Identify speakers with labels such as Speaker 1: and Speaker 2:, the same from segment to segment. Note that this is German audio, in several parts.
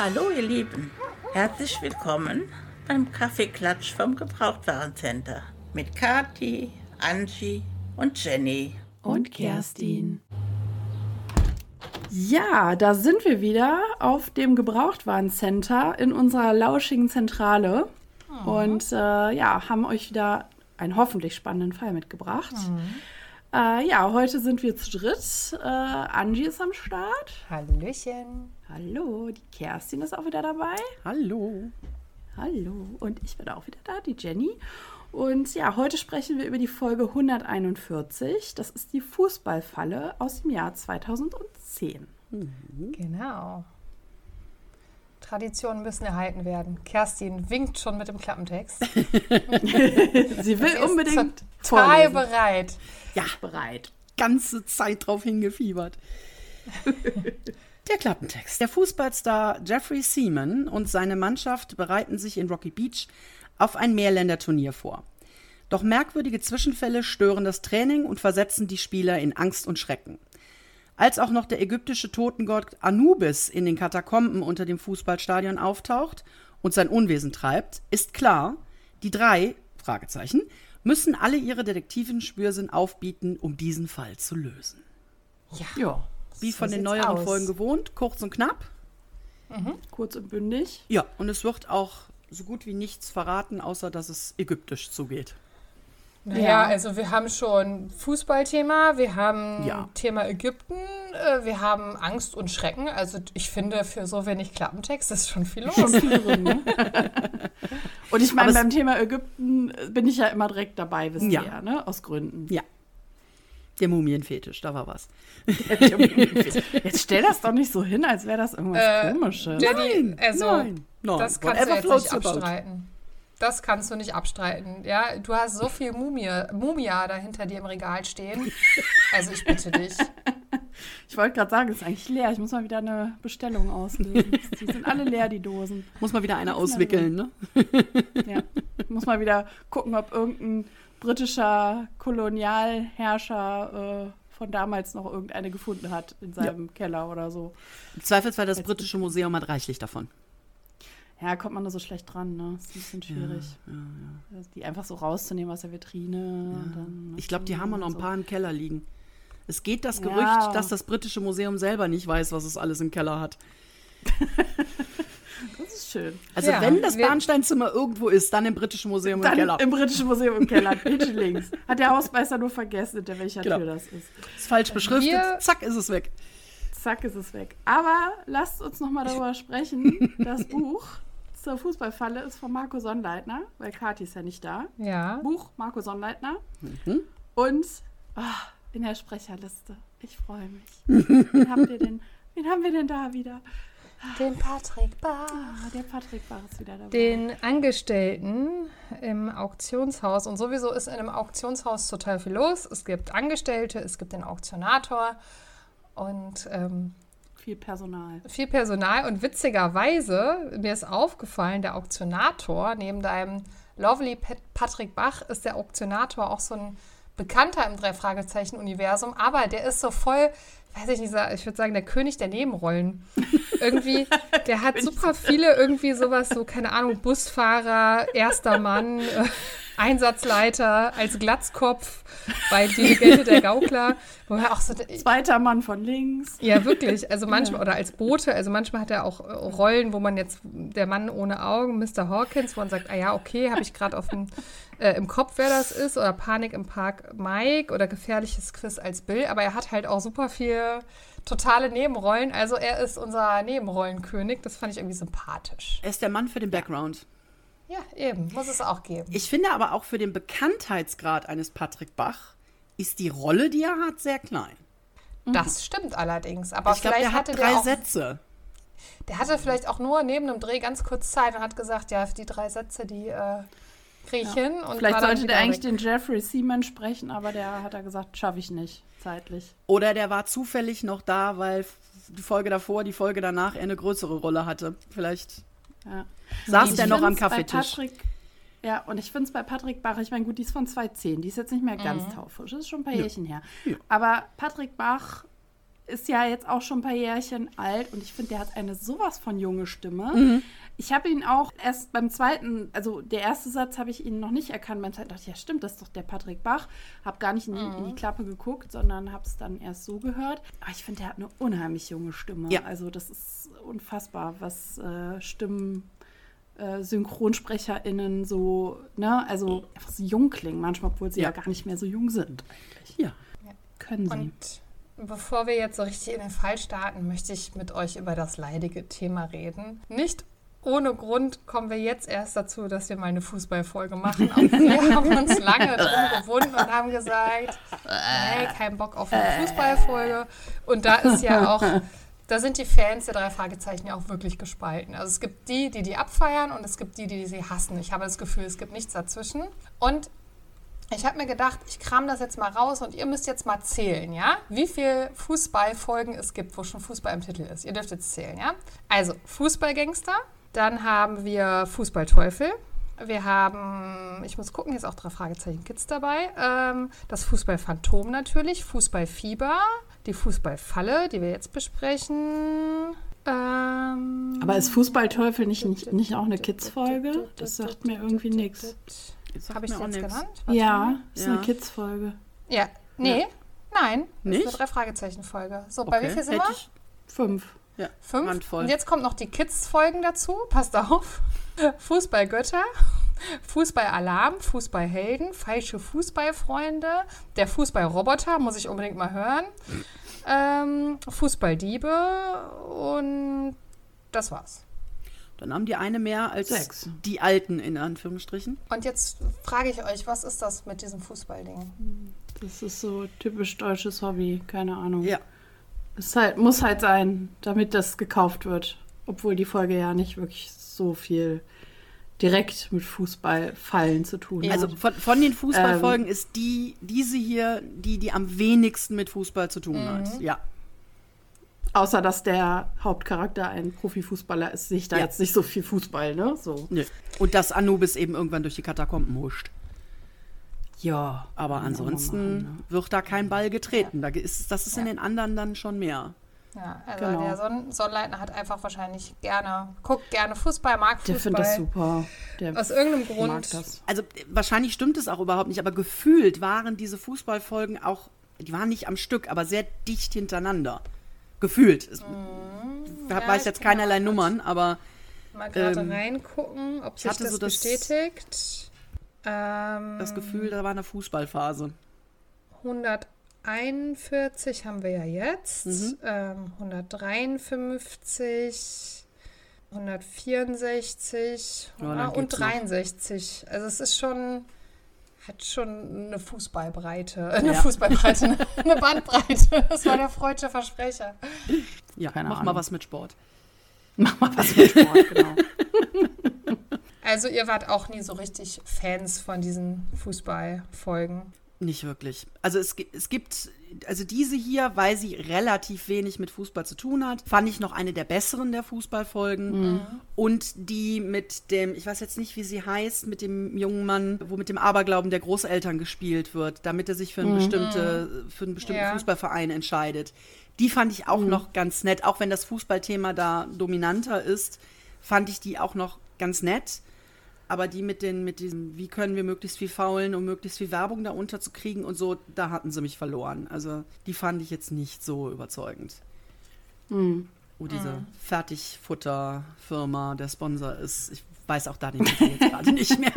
Speaker 1: Hallo ihr Lieben, herzlich willkommen beim Kaffeeklatsch vom Gebrauchtwarencenter mit Kathi, Angie und Jenny.
Speaker 2: Und Kerstin. Ja, da sind wir wieder auf dem Gebrauchtwarencenter in unserer lauschigen Zentrale und haben euch wieder einen hoffentlich spannenden Fall mitgebracht. Heute sind wir zu dritt. Angie ist am Start.
Speaker 3: Hallöchen.
Speaker 2: Hallo, die Kerstin ist auch wieder dabei.
Speaker 4: Hallo.
Speaker 2: Hallo, und ich bin auch wieder da, die Jenny. Und ja, heute sprechen wir über die Folge 141. Das ist die Fußballfalle aus dem Jahr 2010.
Speaker 3: Genau. Traditionen müssen erhalten werden. Kerstin winkt schon mit dem Klappentext.
Speaker 2: Sie will unbedingt
Speaker 3: total
Speaker 2: vorlesen.
Speaker 3: bereit.
Speaker 4: Ja, bereit. Ganze Zeit drauf hingefiebert. Der Klappentext. Der Fußballstar Jeffrey Seaman und seine Mannschaft bereiten sich in Rocky Beach auf ein Mehrländerturnier vor. Doch merkwürdige Zwischenfälle stören das Training und versetzen die Spieler in Angst und Schrecken. Als auch noch der ägyptische Totengott Anubis in den Katakomben unter dem Fußballstadion auftaucht und sein Unwesen treibt, ist klar, die drei, Fragezeichen, müssen alle ihre Detektivenspürsinn aufbieten, um diesen Fall zu lösen.
Speaker 2: Ja,
Speaker 4: Wie von den neueren Folgen gewohnt, kurz und knapp.
Speaker 2: kurz und bündig.
Speaker 4: Ja, und es wird auch so gut wie nichts verraten, außer dass es ägyptisch zugeht.
Speaker 3: Naja, also wir haben schon Fußballthema, wir haben
Speaker 4: Ja.
Speaker 3: Thema Ägypten, wir haben Angst und Schrecken. Also ich finde, für so wenig Klappentext ist schon viel los.
Speaker 2: Und ich meine,
Speaker 4: Aber
Speaker 2: beim Thema Ägypten bin ich ja immer direkt dabei, wisst ihr
Speaker 4: Ja.
Speaker 2: ja, ne? Aus Gründen.
Speaker 4: Ja. Der Mumienfetisch, da war was.
Speaker 2: Jetzt stell das doch nicht so hin, als wäre das irgendwas Komisches.
Speaker 3: Jenny,
Speaker 4: Nein.
Speaker 3: das kannst du
Speaker 4: Whatever
Speaker 3: jetzt
Speaker 4: floats
Speaker 3: nicht
Speaker 4: your boat.
Speaker 3: abstreiten. Das kannst du nicht abstreiten. Ja, du hast so viel Mumia da hinter dir im Regal stehen. Also ich bitte dich.
Speaker 2: Ich wollte gerade sagen, es ist eigentlich leer. Ich muss mal wieder eine Bestellung auslösen. Die sind alle leer, die Dosen.
Speaker 4: Muss mal wieder einer auswickeln, ne?
Speaker 2: Ja. Ich muss mal wieder gucken, ob irgendein britischer Kolonialherrscher von damals noch irgendeine gefunden hat in seinem Keller oder so.
Speaker 4: Im Zweifelsfall, das britische Museum hat reichlich davon.
Speaker 2: Ja, kommt man da so schlecht dran, ne? Ist ein bisschen schwierig. Also die einfach so rauszunehmen aus der Vitrine. Und dann
Speaker 4: Ich glaube, die haben auch noch ein
Speaker 2: so.
Speaker 4: paar im Keller liegen. Es geht das
Speaker 2: Ja.
Speaker 4: Gerücht, dass das britische Museum selber nicht weiß, was es alles im Keller hat.
Speaker 2: Das ist schön.
Speaker 4: Also
Speaker 3: Ja,
Speaker 4: wenn das Bernsteinzimmer irgendwo ist, dann im britischen Museum im
Speaker 2: Dann
Speaker 4: Keller.
Speaker 2: im britischen Museum im Keller, hinten links. Hat der Hausmeister nur vergessen, hinter welcher
Speaker 4: Genau.
Speaker 2: Tür das ist.
Speaker 4: Ist falsch beschriftet, zack, ist es weg.
Speaker 2: Zack, ist es weg. Aber lasst uns noch mal darüber sprechen. Das Buch zur Fußballfalle ist von Marco Sonnleitner, weil Kathi ist ja nicht da.
Speaker 3: Ja.
Speaker 2: Buch Marco Sonnleitner. Und in der Sprecherliste. Ich freue mich. Wen haben wir denn da wieder?
Speaker 3: Den Patrick Bach.
Speaker 2: Der Patrick Bach ist wieder dabei.
Speaker 3: Den Angestellten im Auktionshaus. Und sowieso ist in einem Auktionshaus total viel los. Es gibt Angestellte, es gibt den Auktionator und
Speaker 2: Viel Personal.
Speaker 3: viel Personal. Und witzigerweise, mir ist aufgefallen, der Auktionator, neben deinem Lovely Patrick Bach, ist der Auktionator auch so ein Bekannter im Drei-Fragezeichen-Universum. Aber der ist so voll, weiß ich nicht, ich würde sagen, der König der Nebenrollen. Irgendwie, der hat super viele irgendwie sowas, so, keine Ahnung, Busfahrer, erster Mann, Einsatzleiter, als Glatzkopf bei Die Legende der Gaukler, wo er auch so,
Speaker 2: Zweiter Mann von links.
Speaker 3: ja, wirklich. Also manchmal, oder als Bote, also manchmal hat er auch Rollen, wo man jetzt, der Mann ohne Augen, Mr. Hawkins, wo man sagt, ah ja, okay, habe ich gerade im Kopf, wer das ist, oder Panik im Park Mike oder Gefährliches Quiz als Bill, aber er hat halt auch super viel totale Nebenrollen, also er ist unser Nebenrollenkönig, das fand ich irgendwie sympathisch.
Speaker 4: Er ist der Mann für den Background.
Speaker 3: Ja, eben, muss es auch geben.
Speaker 4: Ich finde aber auch für den Bekanntheitsgrad eines Patrick Bach ist die Rolle, die er hat, sehr klein.
Speaker 3: Das stimmt allerdings, aber
Speaker 4: Ich glaube,
Speaker 3: vielleicht
Speaker 4: der hat
Speaker 3: hatte
Speaker 4: 3
Speaker 3: der auch,
Speaker 4: Sätze.
Speaker 3: der hatte vielleicht auch nur neben einem Dreh ganz kurz Zeit und hat gesagt, ja, die 3 Sätze, die kriege ich hin. Und
Speaker 2: Vielleicht
Speaker 3: war dann
Speaker 2: sollte der
Speaker 3: wieder
Speaker 2: eigentlich
Speaker 3: weg.
Speaker 2: den Jeffrey Seaman sprechen, aber der hat er gesagt, schaffe ich nicht, zeitlich.
Speaker 4: Oder der war zufällig noch da, weil die Folge davor, die Folge danach er eine größere Rolle hatte. Vielleicht
Speaker 2: Ja.
Speaker 4: saß
Speaker 2: Ich
Speaker 4: der noch am
Speaker 2: find's bei
Speaker 4: Kaffeetisch.
Speaker 2: Ja, und ich finde es bei Patrick Bach, ich meine, gut, die ist von 2010, die ist jetzt nicht mehr ganz taufrisch, das ist schon ein paar Jährchen her.
Speaker 4: Ja.
Speaker 2: Aber Patrick Bach ist ja jetzt auch schon ein paar Jährchen alt und ich finde, der hat eine sowas von junge Stimme. Ich habe ihn auch erst beim zweiten, also der erste Satz habe ich ihn noch nicht erkannt. Beim zweiten dachte ich, ja stimmt, das ist doch der Patrick Bach. Habe gar nicht in die Klappe geguckt, sondern habe es dann erst so gehört. Aber ich finde, der hat eine unheimlich junge Stimme.
Speaker 4: Ja.
Speaker 2: Also das ist unfassbar, was Stimmen, SynchronsprecherInnen so, ne, also einfach so jung klingen manchmal, obwohl sie ja gar nicht mehr so jung sind eigentlich.
Speaker 4: Ja.
Speaker 2: Können sie.
Speaker 3: Und bevor wir jetzt so richtig in den Fall starten, möchte ich mit euch über das leidige Thema reden. Nicht ohne Grund kommen wir jetzt erst dazu, dass wir mal eine Fußballfolge machen. Auch wir haben uns lange drum gewunden und haben gesagt, nee, kein Bock auf eine Fußballfolge. Und da ist ja auch, da sind die Fans der 3 Fragezeichen ja auch wirklich gespalten. Also es gibt die abfeiern und es gibt die sie hassen. Ich habe das Gefühl, es gibt nichts dazwischen. Und ich habe mir gedacht, ich kram das jetzt mal raus und ihr müsst jetzt mal zählen, ja? Wie viele Fußballfolgen es gibt, wo schon Fußball im Titel ist. Ihr dürft jetzt zählen, ja? Also Fußballgangster, dann haben wir Fußballteufel, wir haben, ich muss gucken, hier ist auch 3 Fragezeichen Kids dabei, das Fußballphantom natürlich, Fußballfieber, die Fußballfalle, die wir jetzt besprechen.
Speaker 2: Aber ist Fußballteufel nicht auch eine Kids-Folge? Das sagt mir irgendwie nichts.
Speaker 3: Habe ich das jetzt genannt?
Speaker 2: Ja, ist eine Kids-Folge.
Speaker 3: Ja, nee, nein,
Speaker 4: Nicht?
Speaker 3: ist eine 3-Fragezeichen-Folge. So, bei wie viel sind wir?
Speaker 2: 5.
Speaker 4: Ja,
Speaker 3: 5.
Speaker 4: Handvoll.
Speaker 3: Und jetzt kommt noch die Kids-Folgen dazu. Passt auf. Fußballgötter, Fußballalarm, Fußballhelden, falsche Fußballfreunde, der Fußballroboter, muss ich unbedingt mal hören, Fußballdiebe und das war's.
Speaker 4: Dann haben die eine mehr als
Speaker 2: 6.
Speaker 4: die Alten, in Anführungsstrichen.
Speaker 3: Und jetzt frage ich euch, was ist das mit diesem Fußballding?
Speaker 2: Das ist so typisch deutsches Hobby, keine Ahnung.
Speaker 4: Ja.
Speaker 2: Es halt, muss halt sein, damit das gekauft wird. Obwohl die Folge ja nicht wirklich so viel direkt mit Fußballfallen zu tun hat.
Speaker 4: Also von den Fußballfolgen ist diese hier die am wenigsten mit Fußball zu tun hat. Ja.
Speaker 2: Außer, dass der Hauptcharakter ein Profifußballer ist, sehe ich da jetzt nicht so viel Fußball, ne? So.
Speaker 4: Nö. Und dass Anubis eben irgendwann durch die Katakomben huscht.
Speaker 2: Ja.
Speaker 4: Aber ansonsten wird da kein Ball getreten. Das ist in den anderen dann schon mehr.
Speaker 3: Ja, also
Speaker 2: Genau.
Speaker 3: der Sonnleitner hat einfach wahrscheinlich guckt gerne Fußball, mag Fußball.
Speaker 2: Der findet das super. Der
Speaker 3: Aus irgendeinem
Speaker 2: mag
Speaker 3: Grund.
Speaker 2: das.
Speaker 4: Also wahrscheinlich stimmt es auch überhaupt nicht, aber gefühlt waren diese Fußballfolgen auch, die waren nicht am Stück, aber sehr dicht hintereinander. Gefühlt. Ich weiß jetzt keinerlei Nummern, aber
Speaker 3: Mal gerade reingucken, ob sich
Speaker 4: hatte
Speaker 3: das
Speaker 4: so das-
Speaker 3: bestätigt.
Speaker 4: das Gefühl, da war eine Fußballphase.
Speaker 3: 141 haben wir ja jetzt. 153, 164
Speaker 4: Ja, dann
Speaker 3: und
Speaker 4: geht's noch.
Speaker 3: 63. Also es ist hat schon eine Fußballbreite. Eine Bandbreite. Das war der freudsche Versprecher.
Speaker 4: Ja,
Speaker 2: Keine
Speaker 4: mach mal
Speaker 2: Ahnung.
Speaker 4: was mit Sport.
Speaker 2: Mach mal was mit Sport, genau.
Speaker 3: Also ihr wart auch nie so richtig Fans von diesen Fußballfolgen.
Speaker 4: Nicht wirklich. Also es gibt, also diese hier, weil sie relativ wenig mit Fußball zu tun hat, fand ich noch eine der besseren der Fußballfolgen. Und die mit dem, ich weiß jetzt nicht, wie sie heißt, mit dem jungen Mann, wo mit dem Aberglauben der Großeltern gespielt wird, damit er sich für einen bestimmten
Speaker 3: Ja.
Speaker 4: Fußballverein entscheidet. Die fand ich auch noch ganz nett. Auch wenn das Fußballthema da dominanter ist, fand ich die auch noch ganz nett. Aber die mit diesem, wie können wir möglichst viel faulen, um möglichst viel Werbung da unterzukriegen und so, da hatten sie mich verloren. Also die fand ich jetzt nicht so überzeugend. Wo diese Fertigfutterfirma der Sponsor ist. Ich weiß auch da den Titel jetzt gerade nicht mehr.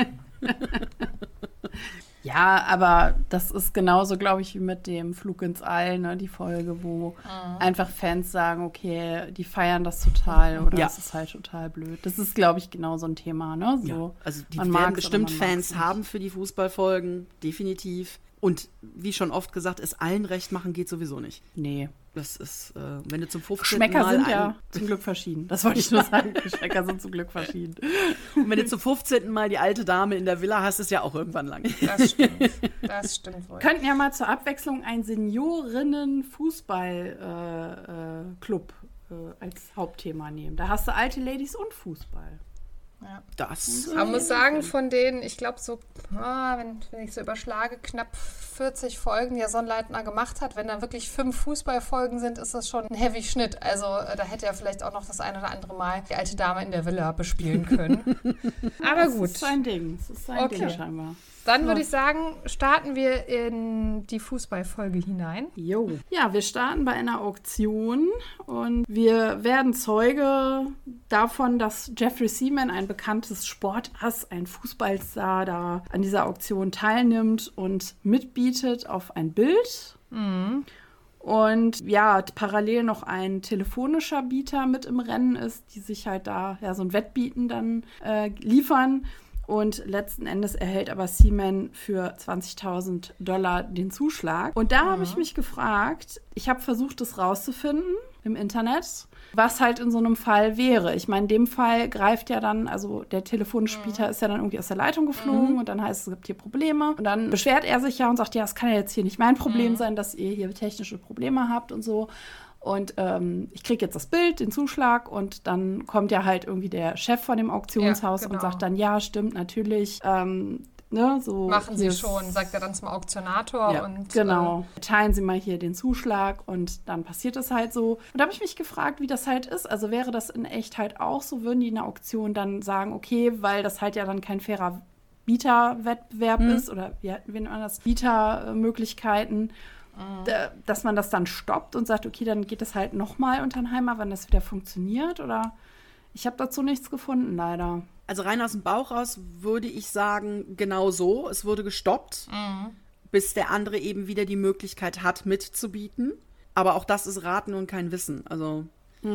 Speaker 2: Ja, aber das ist genauso, glaube ich, wie mit dem Flug ins All, ne, die Folge, wo einfach Fans sagen, okay, die feiern das total oder
Speaker 4: Ja.
Speaker 2: das ist halt total blöd. Das ist, glaube ich, genau so ein Thema, ne? So,
Speaker 4: Ja, also die
Speaker 2: man
Speaker 4: werden
Speaker 2: mag's
Speaker 4: bestimmt
Speaker 2: oder man mag's
Speaker 4: Fans
Speaker 2: nicht.
Speaker 4: haben für die Fußballfolgen, definitiv. Und wie schon oft gesagt, es allen recht machen geht sowieso nicht.
Speaker 2: Nee.
Speaker 4: Das ist, wenn du zum 15.
Speaker 2: Geschmäcker
Speaker 4: Mal
Speaker 2: sind ja zum Glück verschieden. Das wollte ich nur sagen. Geschmäcker sind zum Glück verschieden.
Speaker 4: und wenn du zum 15. Mal die alte Dame in der Villa hast, ist ja auch irgendwann lang.
Speaker 3: Das stimmt. Das stimmt wohl.
Speaker 2: Könnten ja mal zur Abwechslung einen Seniorinnen-Fußball-Club als Hauptthema nehmen. Da hast du alte Ladies und Fußball.
Speaker 4: Das
Speaker 3: Man muss sagen, von denen, ich glaube so, wenn ich so überschlage, knapp 40 Folgen, die ja Sonnleitner gemacht hat, wenn da wirklich 5 Fußballfolgen sind, ist das schon ein heavy Schnitt. Also da hätte er vielleicht auch noch das ein oder andere Mal die alte Dame in der Villa bespielen können. Aber gut.
Speaker 2: Das ist sein Ding. Das ist sein Ding scheinbar.
Speaker 3: Dann würde ich sagen, starten wir in die Fußballfolge hinein.
Speaker 2: Jo. Ja, wir starten bei einer Auktion und wir werden Zeuge davon, dass Jeffrey Seaman, ein bekanntes Sportass, ein Fußballstar, da an dieser Auktion teilnimmt und mitbietet auf ein Bild. Und ja, parallel noch ein telefonischer Bieter mit im Rennen ist, die sich halt da so ein Wettbieten dann liefern. Und letzten Endes erhält aber Seaman für $20.000 den Zuschlag. Und da habe ich mich gefragt, ich habe versucht, das rauszufinden im Internet, was halt in so einem Fall wäre. Ich meine, in dem Fall greift ja dann, also der Telefonbieter ist ja dann irgendwie aus der Leitung geflogen und dann heißt es, es gibt hier Probleme. Und dann beschwert er sich ja und sagt, ja, es kann ja jetzt hier nicht mein Problem sein, dass ihr hier technische Probleme habt und so. Und ich kriege jetzt das Bild, den Zuschlag und dann kommt ja halt irgendwie der Chef von dem Auktionshaus und sagt dann, ja, stimmt, natürlich. So
Speaker 3: machen Sie schon, sagt er dann zum Auktionator.
Speaker 2: Ja,
Speaker 3: und
Speaker 2: genau. Teilen Sie mal hier den Zuschlag und dann passiert das halt so. Und da habe ich mich gefragt, wie das halt ist. Also wäre das in echt halt auch so? Würden die in der Auktion dann sagen, okay, weil das halt ja dann kein fairer Bieterwettbewerb ist oder wie nennt man das? Bietermöglichkeiten. Dass man das dann stoppt und sagt, okay, dann geht es halt nochmal unter den Heimer, wenn das wieder funktioniert, oder? Ich habe dazu nichts gefunden, leider.
Speaker 4: Also rein aus dem Bauch raus würde ich sagen, genau so. Es wurde gestoppt, bis der andere eben wieder die Möglichkeit hat, mitzubieten. Aber auch das ist Raten und kein Wissen. Also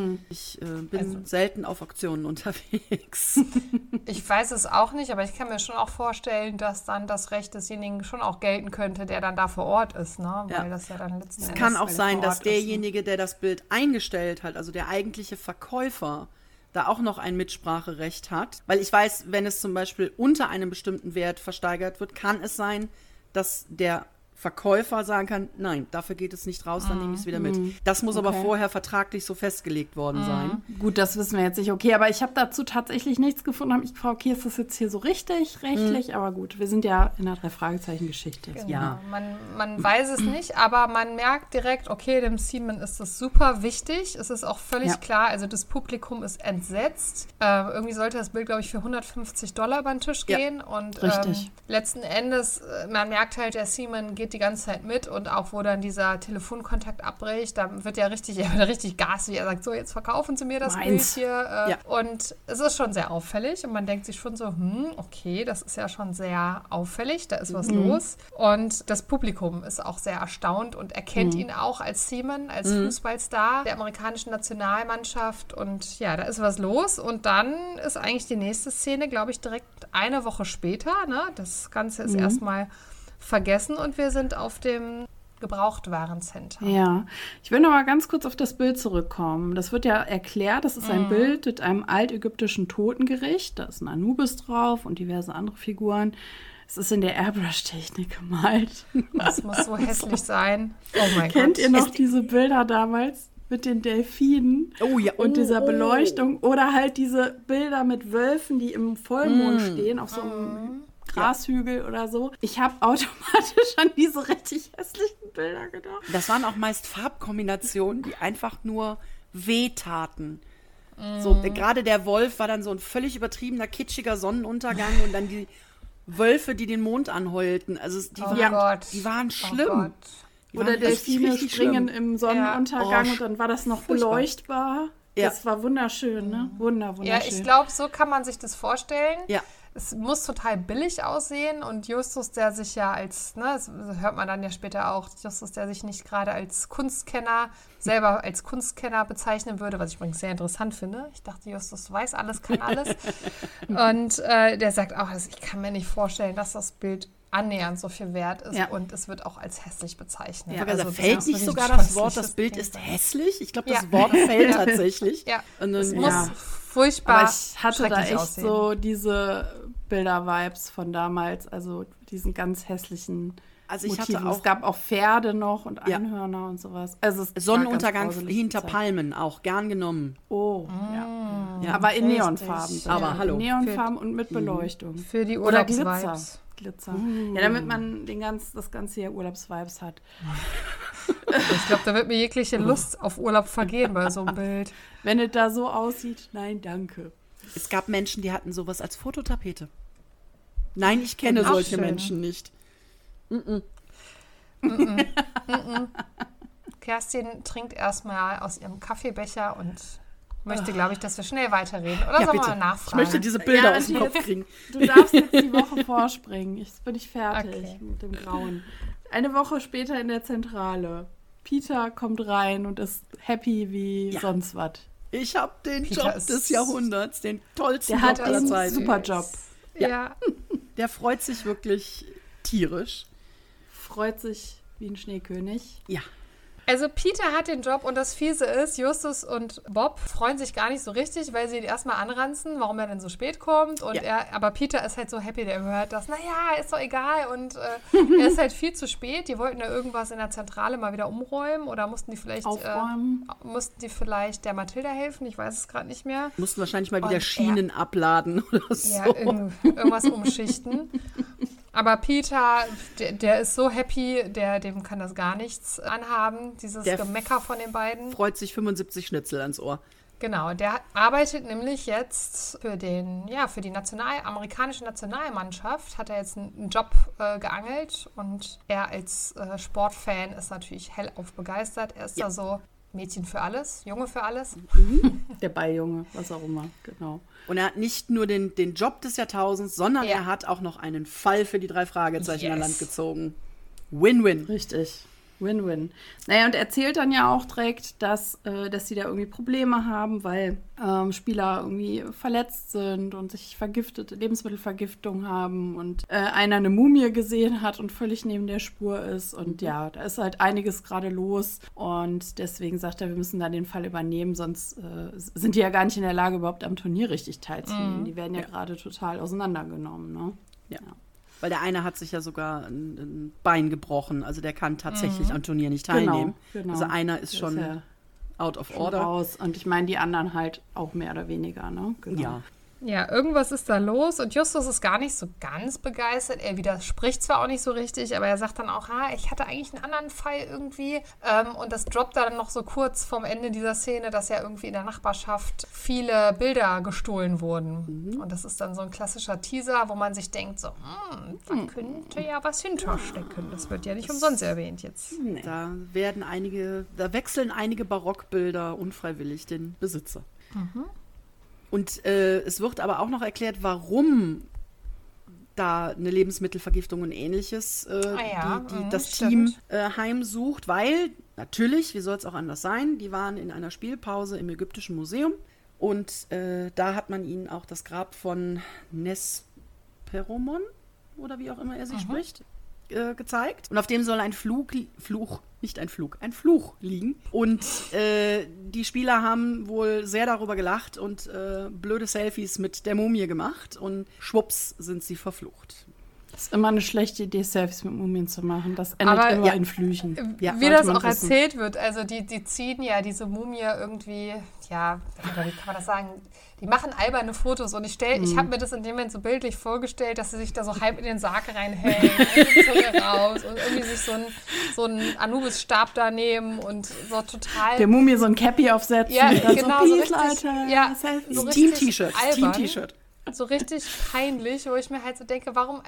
Speaker 4: ich bin selten auf Auktionen unterwegs.
Speaker 3: Ich weiß es auch nicht, aber ich kann mir schon auch vorstellen, dass dann das Recht desjenigen schon auch gelten könnte, der dann da vor Ort ist, ne? Weil das ja dann letzten Endes.
Speaker 4: Es kann auch sein, dass derjenige, der das Bild eingestellt hat, also der eigentliche Verkäufer, da auch noch ein Mitspracherecht hat. Weil ich weiß, wenn es zum Beispiel unter einem bestimmten Wert versteigert wird, kann es sein, dass der Verkäufer sagen kann, nein, dafür geht es nicht raus, dann nehme ich es wieder mit. Das muss aber vorher vertraglich so festgelegt worden sein.
Speaker 2: Gut, das wissen wir jetzt nicht. Okay, aber ich habe dazu tatsächlich nichts gefunden. Habe ich gefragt, okay, ist das jetzt hier so richtig, rechtlich? Aber gut, wir sind ja in der Drei-Fragezeichen-Geschichte.
Speaker 3: Genau.
Speaker 4: Ja.
Speaker 3: Man weiß es nicht, aber man merkt direkt, okay, dem Seaman ist das super wichtig. Es ist auch völlig klar, also das Publikum ist entsetzt. Irgendwie sollte das Bild, glaube ich, für $150 über den Tisch gehen. Und letzten Endes, man merkt halt, der Seaman geht die ganze Zeit mit und auch wo dann dieser Telefonkontakt abbricht, da wird er wird richtig garstig. Er sagt so, jetzt verkaufen Sie mir das Bild hier. Und es ist schon sehr auffällig und man denkt sich schon so, okay, das ist ja schon sehr auffällig, da ist was los. Und das Publikum ist auch sehr erstaunt und erkennt ihn auch als Seaman, als Fußballstar der amerikanischen Nationalmannschaft und ja, da ist was los und dann ist eigentlich die nächste Szene, glaube ich, direkt eine Woche später, ne? Das Ganze ist erstmal vergessen und wir sind auf dem Gebrauchtwarencenter.
Speaker 2: Ja, ich will noch mal ganz kurz auf das Bild zurückkommen. Das wird ja erklärt, das ist ein Bild mit einem altägyptischen Totengericht. Da ist ein Anubis drauf und diverse andere Figuren. Es ist in der Airbrush-Technik gemalt.
Speaker 3: Das muss so hässlich sein. Oh mein Gott.
Speaker 2: Kennt ihr noch diese Bilder damals? Mit den Delfinen und dieser Beleuchtung. Oder halt diese Bilder mit Wölfen, die im Vollmond stehen, auf so einem Grashügel oder so. Ich habe automatisch an diese richtig hässlichen Bilder gedacht.
Speaker 4: Das waren auch meist Farbkombinationen, die einfach nur wehtaten. So, gerade der Wolf war dann so ein völlig übertriebener, kitschiger Sonnenuntergang und dann die Wölfe, die den Mond anheulten. Also die waren schlimm.
Speaker 2: Oder Delfine springen im Sonnenuntergang und dann war das noch beleuchtbar. Das war wunderschön, ne? Wunderschön.
Speaker 3: Ja, ich glaube, so kann man sich das vorstellen.
Speaker 4: Ja.
Speaker 3: Es muss total billig aussehen und Justus, der sich ja als, ne, das hört man dann ja später auch, Justus, der sich nicht gerade als Kunstkenner, selber als Kunstkenner bezeichnen würde, was ich übrigens sehr interessant finde. Ich dachte, Justus weiß alles, kann alles. Und der sagt auch, also ich kann mir nicht vorstellen, dass das Bild annähernd so viel wert ist und es wird auch als hässlich bezeichnet.
Speaker 4: Ja, also fällt nicht sogar das Wort, das Bild ist hässlich? Ich glaube, das Wort fällt tatsächlich.
Speaker 3: Ja,
Speaker 4: und dann,
Speaker 3: es muss furchtbar
Speaker 2: aber ich hatte da echt
Speaker 3: aussehen.
Speaker 2: so diese Bilder-Vibes von damals, also diesen ganz hässlichen Motiven. Es gab auch Pferde noch und Einhörner und sowas. Also
Speaker 4: Sonnenuntergang hinter Palmen auch, gern genommen.
Speaker 2: Oh,
Speaker 4: Ja.
Speaker 2: Aber in
Speaker 3: Richtig.
Speaker 2: Neonfarben. sind
Speaker 4: Aber
Speaker 2: die.
Speaker 4: hallo.
Speaker 2: Neonfarben und mit Beleuchtung.
Speaker 3: Für die
Speaker 2: Oder Glitzer.
Speaker 3: Urlaubsvibes.
Speaker 2: Glitzer. Ja, damit man das ganze Jahr Urlaubsvibes hat.
Speaker 3: Ich glaube, da wird mir jegliche Lust auf Urlaub vergehen bei so einem Bild.
Speaker 2: Wenn es da so aussieht, nein, danke.
Speaker 4: Es gab Menschen, die hatten sowas als Fototapete. Nein, ich kenne
Speaker 3: Auch
Speaker 4: solche
Speaker 3: schön.
Speaker 4: Menschen nicht.
Speaker 3: Kerstin trinkt erstmal aus ihrem Kaffeebecher und möchte, glaube ich, dass wir schnell weiterreden. Oder
Speaker 4: Ja,
Speaker 3: sollen wir
Speaker 4: bitte.
Speaker 3: mal
Speaker 4: Ich
Speaker 3: nachfragen?
Speaker 4: möchte diese Bilder
Speaker 2: Ja,
Speaker 4: aus dem
Speaker 2: jetzt-
Speaker 4: Kopf kriegen.
Speaker 2: Du darfst jetzt die Woche vorspringen. Jetzt bin ich fertig
Speaker 3: Okay.
Speaker 2: mit dem Grauen. Eine Woche später in der Zentrale. Peter kommt rein und ist happy wie
Speaker 4: Ja.
Speaker 2: sonst was.
Speaker 4: Ich habe den
Speaker 3: Peter
Speaker 4: Job
Speaker 3: ist-
Speaker 4: des Jahrhunderts, den tollsten
Speaker 2: Der hat
Speaker 4: Job aller
Speaker 2: einen
Speaker 4: Zeiten.
Speaker 2: super Job.
Speaker 3: Ja.
Speaker 4: Der freut sich wirklich tierisch.
Speaker 2: Freut sich wie ein Schneekönig.
Speaker 4: Ja.
Speaker 3: Also Peter hat den Job und das Fiese ist, Justus und Bob freuen sich gar nicht so richtig, weil sie ihn erstmal anranzen, warum er denn so spät kommt. Und
Speaker 4: Ja.
Speaker 3: aber Peter ist halt so happy, der hört das, naja, ist doch egal. Und er ist halt viel zu spät. Die wollten ja irgendwas in der Zentrale mal wieder umräumen oder mussten die vielleicht
Speaker 2: Aufräumen.
Speaker 3: der Mathilda helfen? Ich weiß es gerade nicht mehr.
Speaker 4: Mussten wahrscheinlich mal
Speaker 3: Und
Speaker 4: wieder
Speaker 3: er-
Speaker 4: Schienen abladen oder so.
Speaker 3: Ja, irgendwas umschichten. Aber Peter, der ist so happy, dem kann das gar nichts anhaben, dieses
Speaker 4: Der
Speaker 3: Gemecker von den beiden.
Speaker 4: Freut sich 75 Schnitzel ans Ohr.
Speaker 3: Genau, der arbeitet nämlich jetzt für die amerikanische Nationalmannschaft, hat er jetzt einen Job geangelt und er als Sportfan ist natürlich hellauf begeistert. Er ist da so Mädchen für alles, Junge für alles.
Speaker 2: Der Balljunge, was auch immer, genau.
Speaker 4: Und er hat nicht nur den Job des Jahrtausends, sondern
Speaker 3: Ja.
Speaker 4: er hat auch noch einen Fall für die 3 Fragezeichen an
Speaker 3: Yes.
Speaker 4: Land gezogen. Win-win.
Speaker 2: Richtig. Win-win. Naja, und er erzählt dann ja auch direkt, dass sie da irgendwie Probleme haben, weil Spieler irgendwie verletzt sind und sich Lebensmittelvergiftung haben und einer eine Mumie gesehen hat und völlig neben der Spur ist. Und ja, da ist halt einiges gerade los. Und deswegen sagt er, wir müssen da den Fall übernehmen, sonst sind die ja gar nicht in der Lage, überhaupt am Turnier richtig teilzunehmen. Die werden ja gerade total auseinandergenommen, ne?
Speaker 4: Ja. Weil der eine hat sich ja sogar ein Bein gebrochen. Also der kann tatsächlich am Turnier nicht teilnehmen.
Speaker 2: Genau.
Speaker 4: Also einer ist
Speaker 2: Das
Speaker 4: schon
Speaker 2: ja
Speaker 4: out of
Speaker 2: schon
Speaker 4: order.
Speaker 2: raus. Und ich meine, die anderen halt auch mehr oder weniger, ne? Genau.
Speaker 4: Ja.
Speaker 3: Ja, irgendwas ist da los und Justus ist gar nicht so ganz begeistert. Er widerspricht zwar auch nicht so richtig, aber er sagt dann auch, ich hatte eigentlich einen anderen Fall irgendwie. Und das droppt dann noch so kurz vorm Ende dieser Szene, dass ja irgendwie in der Nachbarschaft viele Bilder gestohlen wurden. Und das ist dann so ein klassischer Teaser, wo man sich denkt, so, da könnte ja was hinterstecken. Das wird ja nicht umsonst erwähnt jetzt.
Speaker 4: Da wechseln einige Barockbilder unfreiwillig den Besitzer. Und es wird aber auch noch erklärt, warum da eine Lebensmittelvergiftung und Ähnliches das
Speaker 3: stimmt.
Speaker 4: Team heimsucht, weil natürlich, wie soll es auch anders sein, die waren in einer Spielpause im Ägyptischen Museum und da hat man ihnen auch das Grab von Nesperomon oder wie auch immer er sich spricht, gezeigt. Und auf dem soll ein Fluch liegen. Und die Spieler haben wohl sehr darüber gelacht und blöde Selfies mit der Mumie gemacht und schwupps sind sie verflucht.
Speaker 2: Das ist immer eine schlechte Idee, Selfies mit Mumien zu machen. Das endet
Speaker 3: Aber,
Speaker 2: immer
Speaker 4: ja.
Speaker 2: in Flüchen.
Speaker 4: Ja,
Speaker 3: Wie
Speaker 2: sollte
Speaker 3: das
Speaker 2: man
Speaker 3: auch
Speaker 2: wissen.
Speaker 3: erzählt wird, also die ziehen ja diese Mumie irgendwie, ja, wie kann man das sagen, die machen alberne Fotos und ich habe mir das in dem Moment so bildlich vorgestellt, dass sie sich da so halb in den Sarg reinhängen und die Zunge raus und irgendwie sich so einen Anubis-Stab da nehmen und so total...
Speaker 2: Der Mumie so ein Cappy aufsetzen.
Speaker 3: Ja,
Speaker 2: und dann
Speaker 3: genau,
Speaker 2: so,
Speaker 3: so
Speaker 2: Peace,
Speaker 3: richtig,
Speaker 2: Leute,
Speaker 3: ja,
Speaker 2: Selfies.
Speaker 3: so richtig
Speaker 4: Team-T-Shirt,
Speaker 3: albern.
Speaker 4: Team-T-Shirt.
Speaker 3: So richtig peinlich, wo ich mir halt so denke, warum,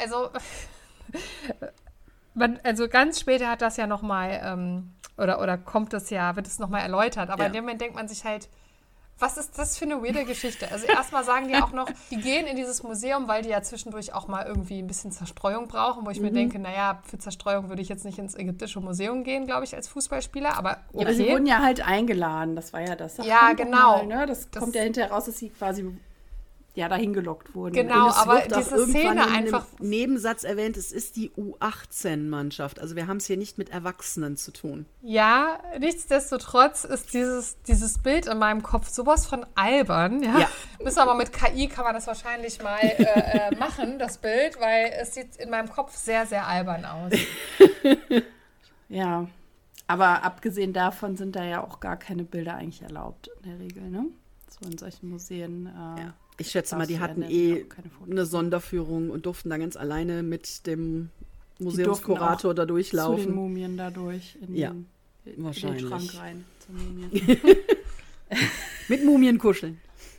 Speaker 3: also ganz später hat das ja nochmal, oder wird es nochmal erläutert, aber
Speaker 4: Ja.
Speaker 3: in dem Moment denkt man sich halt, was ist das für eine weirde Geschichte? Also erstmal sagen die auch noch, die gehen in dieses Museum, weil die ja zwischendurch auch mal irgendwie ein bisschen Zerstreuung brauchen, wo ich mir denke, naja, für Zerstreuung würde ich jetzt nicht ins Ägyptische Museum gehen, glaube ich, als Fußballspieler, aber
Speaker 2: Ja, aber sie
Speaker 3: okay.
Speaker 2: wurden ja halt eingeladen, das war ja das. Sag
Speaker 3: Ja,
Speaker 2: doch
Speaker 3: genau.
Speaker 2: Mal, ne? Das kommt ja hinterher raus, dass sie quasi dahin gelockt wurden.
Speaker 3: Genau.
Speaker 4: Und es
Speaker 3: aber
Speaker 4: wird auch
Speaker 3: diese
Speaker 4: irgendwann
Speaker 3: Szene
Speaker 4: in einem
Speaker 3: einfach-
Speaker 4: Nebensatz erwähnt, es ist die U18-Mannschaft. Also wir haben es hier nicht mit Erwachsenen zu tun.
Speaker 3: Ja, nichtsdestotrotz ist dieses Bild in meinem Kopf sowas von albern. Ja?
Speaker 4: Ja.
Speaker 3: Müssen aber mit KI kann man das wahrscheinlich mal machen, das Bild, weil es sieht in meinem Kopf sehr, sehr albern aus.
Speaker 2: Ja, aber abgesehen davon sind da ja auch gar keine Bilder eigentlich erlaubt in der Regel, ne? so in solchen Museen.
Speaker 4: Ja. Ich schätze mal,
Speaker 2: darfst
Speaker 4: die
Speaker 2: du
Speaker 4: hatten
Speaker 2: auch keine Fotos
Speaker 4: eine Sonderführung und durften da ganz alleine mit dem
Speaker 2: Die
Speaker 4: Museumskurator da
Speaker 2: zu den
Speaker 4: durchlaufen.
Speaker 2: Mumien dadurch in den
Speaker 4: wahrscheinlich.
Speaker 2: Schrank rein. Zur Mumien.
Speaker 4: Mit Mumien kuscheln.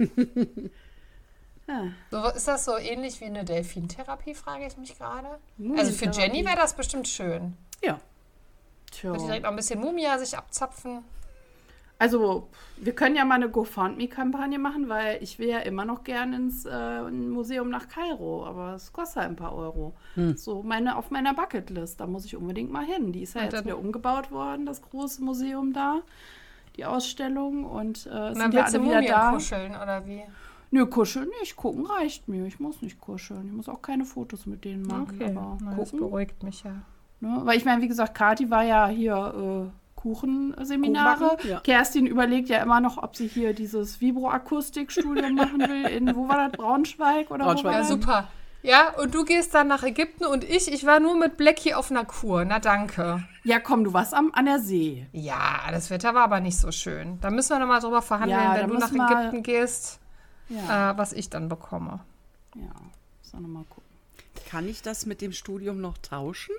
Speaker 3: So, ist das so ähnlich wie eine Delfintherapie, frage ich mich gerade? Also für
Speaker 2: Mumientherapie.
Speaker 3: Jenny wäre das bestimmt schön.
Speaker 4: Ja.
Speaker 3: Wird die direkt noch ein bisschen Mumia sich abzapfen.
Speaker 2: Also, wir können ja mal eine GoFundMe-Kampagne machen, weil ich will ja immer noch gerne ins Museum nach Kairo, aber es kostet halt ein paar Euro. So auf meiner Bucketlist, da muss ich unbedingt mal hin. Die ist ja
Speaker 3: Und
Speaker 2: jetzt
Speaker 3: dann-
Speaker 2: wieder umgebaut worden, das große Museum da, die Ausstellung. Und
Speaker 3: Und dann
Speaker 2: sind ja
Speaker 3: willst du
Speaker 2: alle wieder
Speaker 3: Mumien
Speaker 2: da.
Speaker 3: kuscheln, oder wie?
Speaker 2: Nö, kuscheln nicht, gucken reicht mir. Ich muss nicht kuscheln, ich muss auch keine Fotos mit denen machen, aber
Speaker 3: Na, das
Speaker 2: gucken.
Speaker 3: beruhigt mich ja.
Speaker 2: Ne? Weil ich meine, wie gesagt, Kathi war ja hier Kuchenseminare.
Speaker 4: Kuchenbacken, ja.
Speaker 2: Kerstin überlegt ja immer noch, ob sie hier dieses Vibroakustikstudium machen will in, wo war das, Braunschweig oder
Speaker 4: Braunschweig.
Speaker 2: wo war
Speaker 3: Ja,
Speaker 2: das?
Speaker 3: super. Ja, und du gehst dann nach Ägypten und ich war nur mit Blackie auf einer Kur. Na, danke.
Speaker 2: Ja, komm, du warst an der See.
Speaker 3: Ja, das Wetter war aber nicht so schön. Da müssen wir nochmal drüber verhandeln,
Speaker 2: Ja, da
Speaker 3: wenn du nach
Speaker 2: müssen wir-
Speaker 3: Ägypten gehst,
Speaker 2: Ja,
Speaker 3: was ich dann bekomme.
Speaker 2: ja. Müssen wir nochmal gucken.
Speaker 4: Kann ich das mit dem Studium noch tauschen?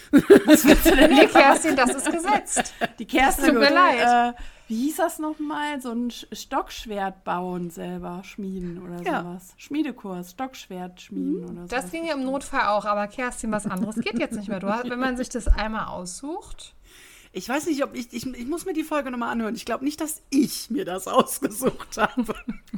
Speaker 3: Nee, Kerstin, das ist gesetzt.
Speaker 2: Die Kerstin,
Speaker 3: Tut mir leid.
Speaker 2: Wie hieß das nochmal? So ein Stockschwert bauen selber, schmieden oder
Speaker 4: Ja.
Speaker 2: sowas. Schmiedekurs, Stockschwert schmieden oder sowas.
Speaker 3: Das ging ja im Notfall auch, aber Kerstin, was anderes geht jetzt nicht mehr. Wenn man sich das einmal aussucht.
Speaker 4: Ich weiß nicht, ob ich muss mir die Folge nochmal anhören. Ich glaube nicht, dass ich mir das ausgesucht habe.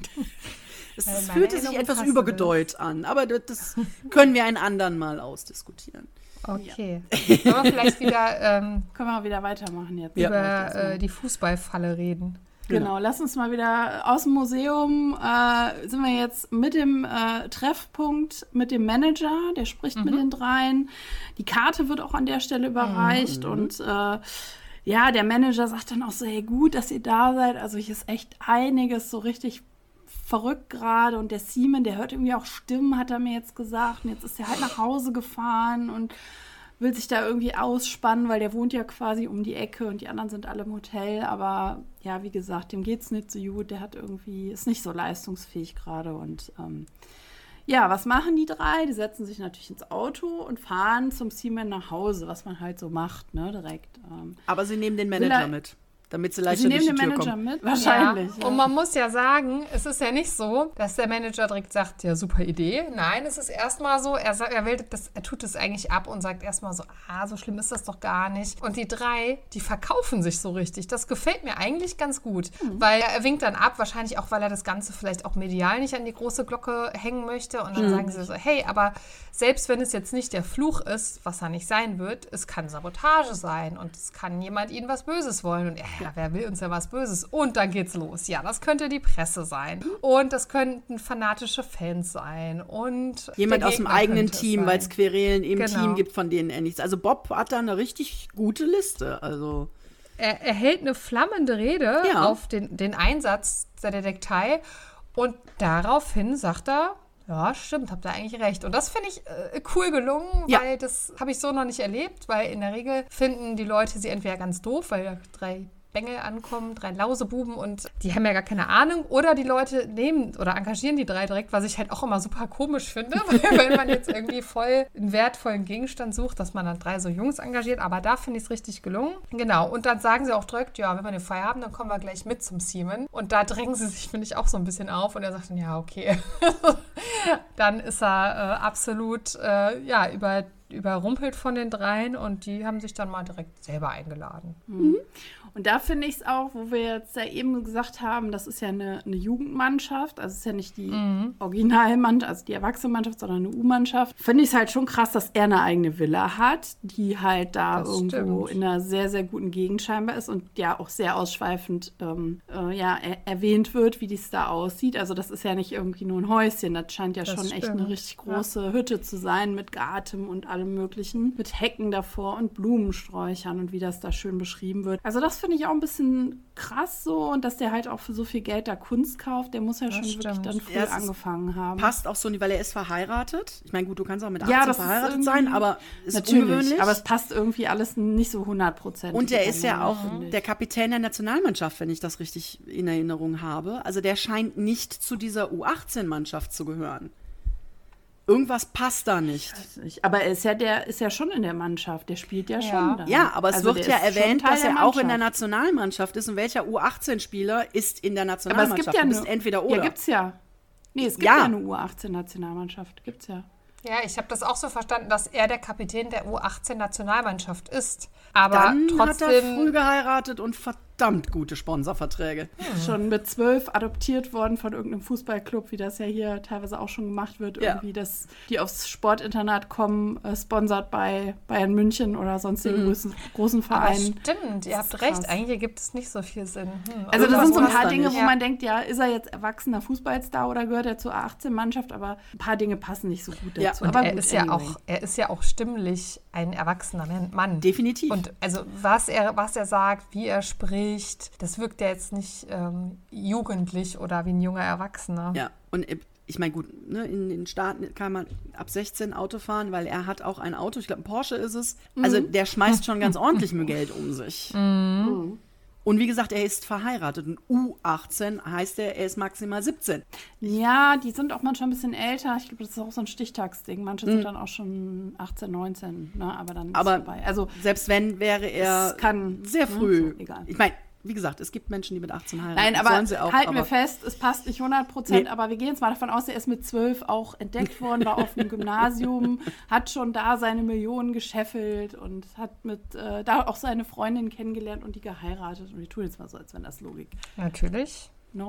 Speaker 4: Es
Speaker 3: Meine
Speaker 4: fühlte sich
Speaker 3: Erinnerung
Speaker 4: etwas
Speaker 3: passte
Speaker 4: übergedeut an, aber das können wir einen anderen Mal ausdiskutieren.
Speaker 3: Okay. Wollen wir vielleicht wieder
Speaker 2: Können wir wieder weitermachen jetzt.
Speaker 4: Ja.
Speaker 3: über die Fußballfalle reden?
Speaker 2: Genau, lass uns mal wieder aus dem Museum, sind wir jetzt mit dem Treffpunkt mit dem Manager, der spricht mit den dreien. Die Karte wird auch an der Stelle überreicht und ja, der Manager sagt dann auch so, hey, gut, dass ihr da seid. Also hier ist echt einiges so richtig verrückt gerade und der Simon, der hört irgendwie auch Stimmen, hat er mir jetzt gesagt. Und jetzt ist er halt nach Hause gefahren und will sich da irgendwie ausspannen, weil der wohnt ja quasi um die Ecke und die anderen sind alle im Hotel. Aber ja, wie gesagt, dem geht's nicht so gut. Der hat irgendwie, ist nicht so leistungsfähig gerade. Und ja, was machen die drei? Die setzen sich natürlich ins Auto und fahren zum Simon nach Hause, was man halt so macht, ne, direkt.
Speaker 4: Aber sie nehmen den Manager
Speaker 2: er-
Speaker 4: mit, damit sie leichter
Speaker 2: Sie
Speaker 4: durch
Speaker 2: nehmen
Speaker 4: die
Speaker 2: den
Speaker 4: Tür
Speaker 2: Manager
Speaker 4: kommen.
Speaker 2: mit? Wahrscheinlich.
Speaker 3: Ja. Und man muss ja sagen, es ist ja nicht so, dass der Manager direkt sagt, ja, super Idee. Nein, es ist erstmal so, er tut es eigentlich ab und sagt erstmal so, so schlimm ist das doch gar nicht. Und die drei, die verkaufen sich so richtig. Das gefällt mir eigentlich ganz gut, weil er winkt dann ab, wahrscheinlich auch, weil er das Ganze vielleicht auch medial nicht an die große Glocke hängen möchte. Und dann sagen sie so, hey, aber selbst wenn es jetzt nicht der Fluch ist, was er nicht sein wird, es kann Sabotage sein und es kann jemand ihnen was Böses wollen. Und wer will uns ja was Böses? Und dann geht's los. Ja, das könnte die Presse sein. Und das könnten fanatische Fans sein. Und
Speaker 4: Jemand
Speaker 3: der
Speaker 4: aus dem
Speaker 3: Gegner
Speaker 4: eigenen
Speaker 3: könnte es
Speaker 4: Team,
Speaker 3: sein.
Speaker 4: weil es Querelen im
Speaker 3: Genau.
Speaker 4: Team gibt, von denen er nichts. Also Bob hat da eine richtig gute Liste. Also
Speaker 3: Er hält eine flammende Rede
Speaker 4: Ja.
Speaker 3: auf den Einsatz der Detektei und daraufhin sagt er, ja, stimmt, habt ihr eigentlich recht. Und das finde ich cool gelungen,
Speaker 4: Ja.
Speaker 3: weil das habe ich so noch nicht erlebt, weil in der Regel finden die Leute sie entweder ganz doof, weil da 3 Bengel ankommen, 3 Lausebuben und die haben ja gar keine Ahnung. Oder die Leute nehmen oder engagieren die 3 direkt, was ich halt auch immer super komisch finde, weil wenn man jetzt irgendwie voll einen wertvollen Gegenstand sucht, dass man dann 3 so Jungs engagiert. Aber da finde ich es richtig gelungen. Genau. Und dann sagen sie auch direkt, ja, wenn wir eine Feier haben, dann kommen wir gleich mit zum Simon. Und da drängen sie sich, finde ich, auch so ein bisschen auf. Und er sagt dann, ja, okay. Dann ist er absolut überrumpelt von den 3 und die haben sich dann mal direkt selber eingeladen.
Speaker 2: Und da finde ich es auch, wo wir jetzt ja eben gesagt haben, das ist ja eine Jugendmannschaft, also es ist ja nicht die Originalmannschaft, also die Erwachsenenmannschaft, sondern eine U-Mannschaft. Finde ich es halt schon krass, dass er eine eigene Villa hat, die halt da
Speaker 3: Das
Speaker 2: irgendwo
Speaker 3: stimmt.
Speaker 2: in einer sehr, sehr guten Gegend scheinbar ist und ja auch sehr ausschweifend erwähnt wird, wie dies da aussieht. Also das ist ja nicht irgendwie nur ein Häuschen, das scheint ja
Speaker 3: Das
Speaker 2: schon echt
Speaker 3: stimmt,
Speaker 2: eine richtig
Speaker 3: ja.
Speaker 2: große Hütte zu sein mit Garten und allem Möglichen, mit Hecken davor und Blumensträuchern und wie das da schön beschrieben wird. Also das finde ich auch ein bisschen krass so und dass der halt auch für so viel Geld da Kunst kauft, der muss ja schon wirklich dann früh angefangen haben.
Speaker 4: Passt auch so, weil er ist verheiratet. Ich meine, gut, du kannst auch mit 18
Speaker 2: Ja, das
Speaker 4: verheiratet
Speaker 2: ist
Speaker 4: sein, aber ist
Speaker 2: natürlich,
Speaker 4: ungewöhnlich.
Speaker 2: aber es passt irgendwie alles nicht so 100%.
Speaker 4: Und er ist ja auch der Kapitän der Nationalmannschaft, wenn ich das richtig in Erinnerung habe. Also der scheint nicht zu dieser U18-Mannschaft zu gehören. Irgendwas passt da nicht.
Speaker 2: Aber er ist ja schon in der Mannschaft, der spielt ja schon da.
Speaker 4: Ja, aber es
Speaker 2: Also
Speaker 4: wird
Speaker 2: der
Speaker 4: ja
Speaker 2: ist schon
Speaker 4: erwähnt,
Speaker 2: Teil
Speaker 4: dass er
Speaker 2: der
Speaker 4: auch in der
Speaker 2: Mannschaft.
Speaker 4: Nationalmannschaft ist. Und welcher U18-Spieler ist in der
Speaker 2: Aber es
Speaker 4: Nationalmannschaft?
Speaker 2: gibt ja
Speaker 4: Du bist
Speaker 2: eine,
Speaker 4: entweder oder.
Speaker 2: Ja, gibt's ja. Nee, es gibt
Speaker 4: Ja.
Speaker 2: ja eine U18-Nationalmannschaft, gibt's ja.
Speaker 3: Ja, ich habe das auch so verstanden, dass er der Kapitän der U18-Nationalmannschaft ist. Aber
Speaker 4: Dann hat er früh
Speaker 3: trotzdem.
Speaker 4: geheiratet und verdammt gute Sponsorverträge.
Speaker 2: Schon mit 12 adoptiert worden von irgendeinem Fußballclub, wie das ja hier teilweise auch schon gemacht wird.
Speaker 4: Ja.
Speaker 2: Irgendwie, dass die aufs Sportinternat kommen, sponsert bei Bayern München oder sonstigen großen
Speaker 3: Aber
Speaker 2: Vereinen.
Speaker 3: stimmt, ihr habt
Speaker 2: ist
Speaker 3: recht.
Speaker 2: krass.
Speaker 3: Eigentlich ergibt es nicht so viel Sinn.
Speaker 2: Also das
Speaker 4: Irgendwas
Speaker 2: sind so ein
Speaker 4: passt
Speaker 2: paar
Speaker 4: da
Speaker 2: Dinge,
Speaker 4: nicht.
Speaker 2: wo man denkt, ja, ist er jetzt erwachsener Fußballstar oder gehört er zur A18-Mannschaft? Aber ein paar Dinge passen nicht so gut
Speaker 4: Ja,
Speaker 2: dazu.
Speaker 3: Und
Speaker 2: aber
Speaker 3: er
Speaker 2: gut,
Speaker 3: ist ja
Speaker 2: anyway.
Speaker 3: auch, stimmlich ein erwachsener Mann.
Speaker 4: Definitiv.
Speaker 3: Und also was er sagt, wie er spricht, das wirkt ja jetzt nicht jugendlich oder wie ein junger Erwachsener.
Speaker 4: Ja, und ich meine, gut, ne, in den Staaten kann man ab 16 Auto fahren, weil er hat auch ein Auto, ich glaube, ein Porsche ist es. Also der schmeißt schon ganz ordentlich mit Geld um sich. Und wie gesagt, er ist verheiratet. Und U18 heißt er ist maximal 17.
Speaker 2: Ja, die sind auch manchmal ein bisschen älter. Ich glaube, das ist auch so ein Stichtagsding. Manche sind dann auch schon 18, 19, ne? Aber dann ist
Speaker 4: Aber
Speaker 2: vorbei. Also
Speaker 4: selbst wenn, wäre er
Speaker 2: es kann
Speaker 4: sehr früh.
Speaker 2: so, egal.
Speaker 4: Ich meine, wie gesagt, es gibt Menschen, die mit 18 heiraten.
Speaker 2: Nein, aber
Speaker 4: Sollen sie auch,
Speaker 2: halten wir
Speaker 4: aber
Speaker 2: fest, es passt nicht 100%,
Speaker 4: Nee.
Speaker 2: aber wir gehen jetzt mal davon aus, er ist mit 12 auch entdeckt worden, war auf dem Gymnasium, hat schon da seine Millionen gescheffelt und hat da auch seine Freundin kennengelernt und die geheiratet. Und wir tun jetzt mal so, als wenn das Logik.
Speaker 3: Natürlich.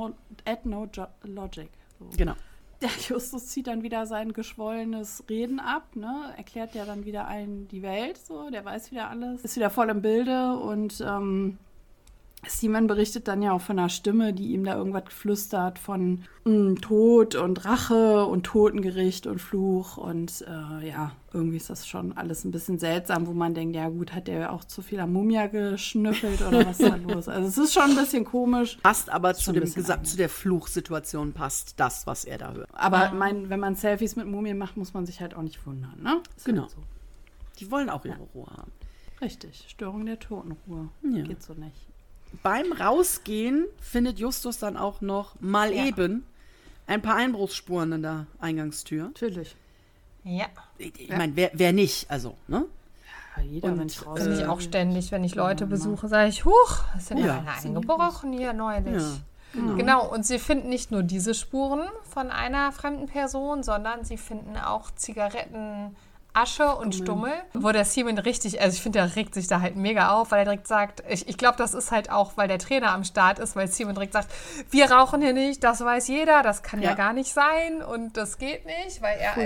Speaker 2: Logic. So.
Speaker 4: Genau.
Speaker 2: Der Justus zieht dann wieder sein geschwollenes Reden ab, ne? Erklärt ja dann wieder allen die Welt, so, der weiß wieder alles, ist wieder voll im Bilde und Simon berichtet dann ja auch von einer Stimme, die ihm da irgendwas flüstert von Tod und Rache und Totengericht und Fluch und ja, irgendwie ist das schon alles ein bisschen seltsam, wo man denkt, ja gut, hat der auch zu viel am Mumia geschnüffelt oder was ist da los? Also es ist schon ein bisschen komisch.
Speaker 4: Passt aber zu,
Speaker 2: Schon ein bisschen
Speaker 4: zu der Fluchsituation passt das, was er da hört.
Speaker 2: Aber wenn man Selfies mit Mumien macht, muss man sich halt auch nicht wundern, ne? Ist
Speaker 4: Genau.
Speaker 2: Halt so.
Speaker 4: Die wollen auch ihre Ruhe haben.
Speaker 2: Richtig, Störung der Totenruhe.
Speaker 4: Ja.
Speaker 2: Geht so nicht.
Speaker 4: Beim Rausgehen findet Justus dann auch noch mal eben ein paar Einbruchsspuren in der Eingangstür.
Speaker 2: Natürlich.
Speaker 3: Ja.
Speaker 4: Ich meine, wer nicht? Also, ne?
Speaker 2: Ja, jeder
Speaker 4: Und,
Speaker 2: Mensch raus.
Speaker 3: Bin ich auch ständig, wenn ich Leute besuche, sage ich, huch, es sind
Speaker 4: Ja.
Speaker 3: ja eine eingebrochen hier neulich.
Speaker 4: Ja,
Speaker 3: Genau, und sie finden nicht nur diese Spuren von einer fremden Person, sondern sie finden auch Zigaretten, Asche und Stummel, wo der Simon richtig, also ich finde, der regt sich da halt mega auf, weil er direkt sagt, ich glaube, das ist halt auch, weil der Trainer am Start ist, weil Simon direkt sagt, wir rauchen hier nicht, das weiß jeder, das kann ja gar nicht sein und das geht nicht, weil er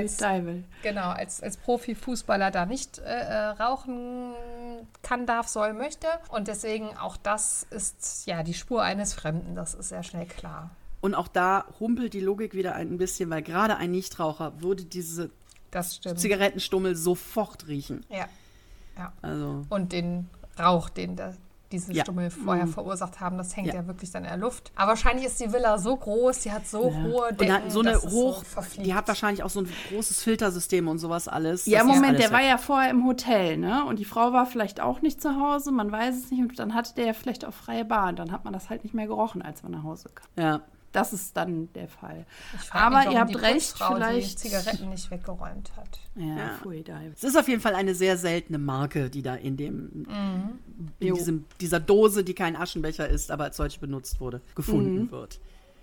Speaker 3: als Profifußballer da nicht rauchen kann, darf, soll, möchte und deswegen auch das ist ja die Spur eines Fremden, das ist sehr schnell klar.
Speaker 4: Und auch da humpelt die Logik wieder ein bisschen, weil gerade ein Nichtraucher würde diese
Speaker 3: Das stimmt.
Speaker 4: Zigarettenstummel sofort riechen.
Speaker 3: Ja.
Speaker 4: Also,
Speaker 3: Und den Rauch, den diese
Speaker 4: Ja.
Speaker 3: Stummel vorher verursacht haben, das hängt ja wirklich dann in der Luft. Aber wahrscheinlich ist die Villa so groß, die hat so hohe
Speaker 4: und
Speaker 3: Decken,
Speaker 4: hat so eine
Speaker 3: dass es
Speaker 4: hoch,
Speaker 3: verfliegt.
Speaker 4: die hat wahrscheinlich auch so ein großes Filtersystem und sowas alles.
Speaker 2: Ja,
Speaker 4: Das ist
Speaker 2: Moment,
Speaker 4: alles
Speaker 2: der war
Speaker 4: weg.
Speaker 2: ja vorher im Hotel, ne? Und die Frau war vielleicht auch nicht zu Hause, man weiß es nicht. Und dann hatte der ja vielleicht auch freie Bahn. Dann hat man das halt nicht mehr gerochen, als man nach Hause kam.
Speaker 4: Ja.
Speaker 2: Das ist dann der Fall.
Speaker 3: Ich frag
Speaker 2: Aber
Speaker 3: mich, warum
Speaker 2: ihr habt
Speaker 3: die
Speaker 2: recht,
Speaker 3: Putzfrau
Speaker 2: vielleicht.
Speaker 3: die Zigaretten nicht weggeräumt hat.
Speaker 2: Ja, pfui, da.
Speaker 4: Es ist auf jeden Fall eine sehr seltene Marke, die da in
Speaker 2: Jo.
Speaker 4: dieser Dose, die kein Aschenbecher ist, aber als solche benutzt wurde, gefunden wird.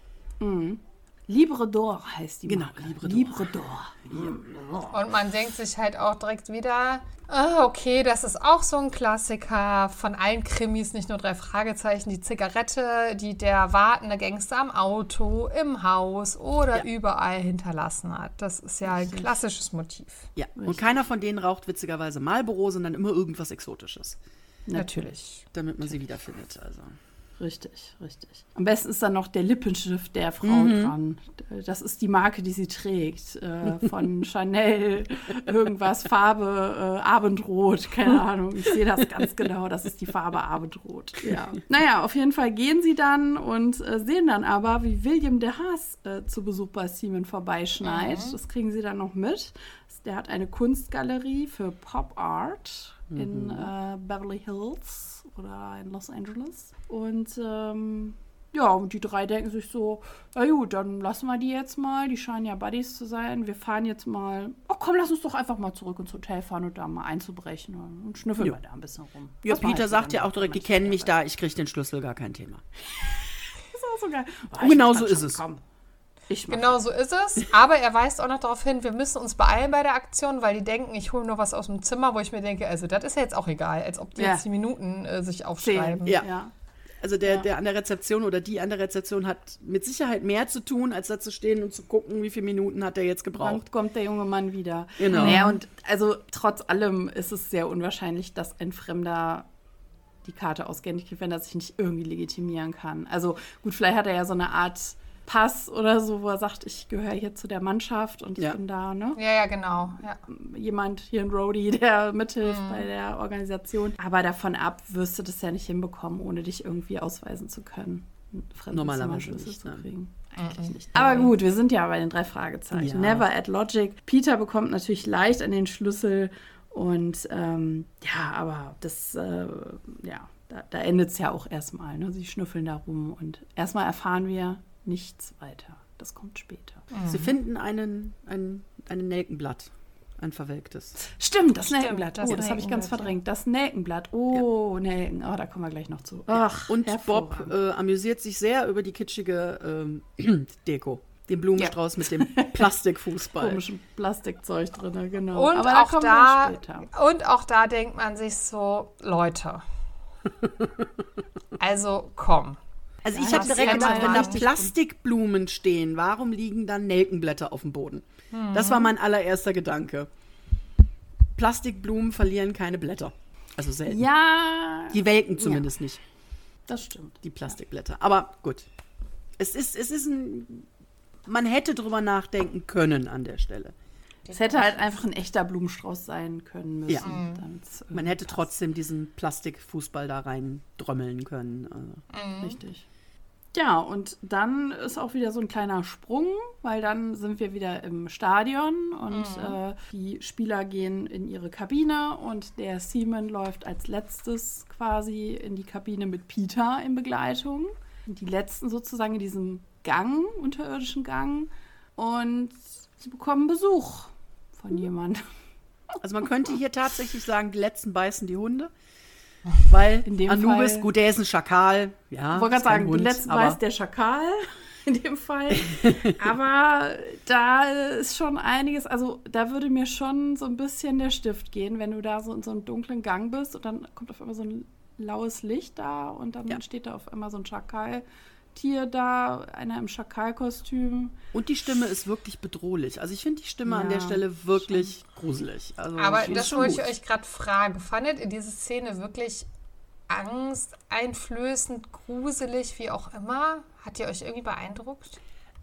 Speaker 2: Libredor heißt die
Speaker 4: Genau,
Speaker 2: Marke.
Speaker 4: Libredor.
Speaker 3: Und man denkt sich halt auch direkt wieder, okay, das ist auch so ein Klassiker von allen Krimis, nicht nur 3 Fragezeichen, die Zigarette, die der wartende Gangster am Auto, im Haus oder überall hinterlassen hat. Das ist ja ein klassisches Motiv.
Speaker 4: Ja, und keiner von denen raucht witzigerweise Marlboro, sondern immer irgendwas Exotisches,
Speaker 3: Natürlich.
Speaker 4: damit man sie wiederfindet. Also.
Speaker 2: Richtig. Am besten ist dann noch der Lippenstift der Frau dran. Das ist die Marke, die sie trägt. Von Chanel, irgendwas, Farbe Abendrot, keine Ahnung. Ich sehe das ganz genau, das ist die Farbe Abendrot. Ja. Naja, auf jeden Fall gehen sie dann und sehen dann aber, wie William de Haas zu Besuch bei Seaman vorbeischneit. Das kriegen sie dann noch mit. Der hat eine Kunstgalerie für Pop Art in Beverly Hills oder in Los Angeles. Und und die drei denken sich so, na gut, dann lassen wir die jetzt mal. Die scheinen ja Buddies zu sein. Wir fahren jetzt mal, komm, lass uns doch einfach mal zurück ins Hotel fahren und da mal einzubrechen und schnüffeln wir da ein bisschen rum.
Speaker 4: Ja,
Speaker 2: Das war
Speaker 4: Peter
Speaker 2: halt
Speaker 4: sagt
Speaker 2: so
Speaker 4: ja auch direkt, die kennen mich da, ich kriege den Schlüssel, gar kein Thema.
Speaker 2: Das ist auch so geil.
Speaker 4: Genau so ist es.
Speaker 2: Komm.
Speaker 3: Genau so ist es, aber er weist auch noch darauf hin, wir müssen uns beeilen bei der Aktion, weil die denken, ich hole nur was aus dem Zimmer, wo ich mir denke, also das ist ja jetzt auch egal, als ob die jetzt die Minuten sich aufschreiben.
Speaker 4: Ja. Also der an der Rezeption oder die an der Rezeption hat mit Sicherheit mehr zu tun, als da zu stehen und zu gucken, wie viele Minuten hat er jetzt gebraucht.
Speaker 2: Wann kommt der junge Mann wieder?
Speaker 4: Genau.
Speaker 2: Naja, und also trotz allem ist es sehr unwahrscheinlich, dass ein Fremder die Karte ausgehändigt kriegt, wenn er sich nicht irgendwie legitimieren kann. Also gut, vielleicht hat er ja so eine Art Pass oder so, wo er sagt, ich gehöre hier zu der Mannschaft und ich bin da, ne?
Speaker 3: Ja, genau. Ja.
Speaker 2: Jemand hier, ein Roadie, der mithilft bei der Organisation. Aber davon ab wirst du das ja nicht hinbekommen, ohne dich irgendwie ausweisen zu können.
Speaker 4: Normalerweise nicht,
Speaker 2: zu kriegen. Eigentlich nicht. Aber gut, wir sind ja bei den 3 Fragezeichen.
Speaker 4: Ja.
Speaker 2: Never at Logic. Peter bekommt natürlich leicht an den Schlüssel und aber das, da endet es ja auch erstmal. Ne? Sie schnüffeln da rum und erstmal erfahren wir nichts weiter. Das kommt später.
Speaker 4: Sie finden ein Nelkenblatt, ein verwelktes.
Speaker 2: Stimmt, das Nelkenblatt.
Speaker 3: das
Speaker 2: Das habe ich ganz
Speaker 3: Nelkenblatt,
Speaker 2: verdrängt. Das Nelkenblatt. Oh, Nelken. Da kommen wir gleich noch zu. Ach,
Speaker 4: Und Bob amüsiert sich sehr über die kitschige Deko. Den Blumenstrauß mit dem Plastikfußball.
Speaker 2: Komischen Plastikzeug drin, genau.
Speaker 3: Und
Speaker 2: aber
Speaker 3: auch da denkt man sich so, Leute, also komm.
Speaker 4: Also ich habe direkt gedacht, wenn da Plastikblumen stehen, warum liegen dann Nelkenblätter auf dem Boden? Das war mein allererster Gedanke. Plastikblumen verlieren keine Blätter. Also selten.
Speaker 2: Ja.
Speaker 4: Die welken zumindest nicht,
Speaker 2: Das stimmt.
Speaker 4: die Plastikblätter. Aber gut. Man hätte drüber nachdenken können an der Stelle.
Speaker 2: Es hätte halt einfach ein echter Blumenstrauß sein können müssen.
Speaker 4: Ja. Man hätte trotzdem diesen Plastikfußball da rein drömmeln können.
Speaker 2: Richtig. Ja, und dann ist auch wieder so ein kleiner Sprung, weil dann sind wir wieder im Stadion und die Spieler gehen in ihre Kabine und der Seaman läuft als letztes quasi in die Kabine mit Peter in Begleitung. Und die letzten sozusagen in diesem Gang, unterirdischen Gang. Und sie bekommen Besuch von jemandem.
Speaker 4: Also man könnte hier tatsächlich sagen, die letzten beißen die Hunde. Weil
Speaker 2: In dem
Speaker 4: Anubis,
Speaker 2: Fall-
Speaker 4: gut, der ist ein Schakal. Ja,
Speaker 2: Ich wollte
Speaker 4: ist
Speaker 2: gerade
Speaker 4: kein
Speaker 2: sagen,
Speaker 4: Hund,
Speaker 2: die letzten
Speaker 4: aber
Speaker 2: weiß der Schakal in dem Fall. Aber da ist schon einiges, also da würde mir schon so ein bisschen der Stift gehen, wenn du da so in so einem dunklen Gang bist und dann kommt auf einmal so ein laues Licht da und dann steht da auf einmal so ein Schakaltier da, einer im Schakalkostüm.
Speaker 4: Und die Stimme ist wirklich bedrohlich. Also ich finde die Stimme an der Stelle wirklich gruselig. Also
Speaker 3: Aber
Speaker 4: die ist
Speaker 3: das
Speaker 4: schon
Speaker 3: wollte ich
Speaker 4: gut.
Speaker 3: euch gerade fragen. Fandet ihr diese Szene wirklich angsteinflößend, gruselig, wie auch immer? Hat ihr euch irgendwie beeindruckt?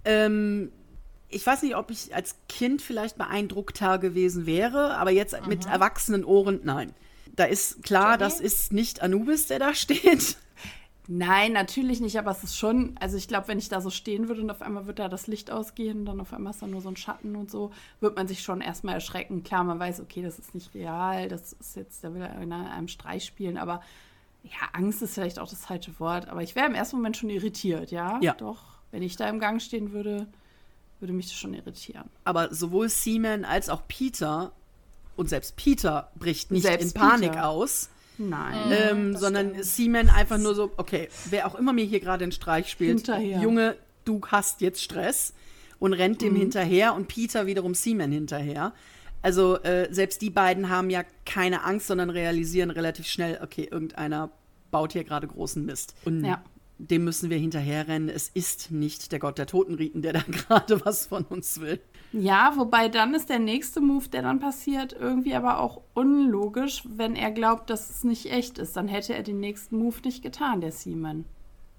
Speaker 4: Ich weiß nicht, ob ich als Kind vielleicht beeindruckter gewesen wäre, aber jetzt mit erwachsenen Ohren, nein. Da ist klar,
Speaker 3: Jenny?
Speaker 4: das ist nicht Anubis, der da steht.
Speaker 2: Nein, natürlich nicht, aber es ist schon, also ich glaube, wenn ich da so stehen würde und auf einmal wird da das Licht ausgehen und dann auf einmal ist da nur so ein Schatten und so, wird man sich schon erstmal erschrecken. Klar, man weiß, okay, das ist nicht real, das ist jetzt, da will er in einem Streich spielen, aber ja, Angst ist vielleicht auch das falsche Wort, aber ich wäre im ersten Moment schon irritiert, ja?
Speaker 4: Ja.
Speaker 2: Doch, wenn ich da im Gang stehen würde, würde mich das schon irritieren.
Speaker 4: Aber sowohl Seaman als auch Peter, und selbst Peter bricht nicht
Speaker 2: Selbst
Speaker 4: in Panik
Speaker 2: Peter.
Speaker 4: aus,
Speaker 2: Nein.
Speaker 4: sondern Seaman einfach nur so, okay, wer auch immer mir hier gerade einen Streich spielt,
Speaker 2: Hinterher.
Speaker 4: Junge, du hast jetzt Stress und rennt dem hinterher und Peter wiederum Seaman hinterher. Also selbst die beiden haben ja keine Angst, sondern realisieren relativ schnell, okay, irgendeiner baut hier gerade großen Mist. Und dem müssen wir hinterherrennen. Es ist nicht der Gott der Totenriten, der da gerade was von uns will.
Speaker 2: Ja, wobei dann ist der nächste Move, der dann passiert, irgendwie aber auch unlogisch, wenn er glaubt, dass es nicht echt ist. Dann hätte er den nächsten Move nicht getan, der Seaman.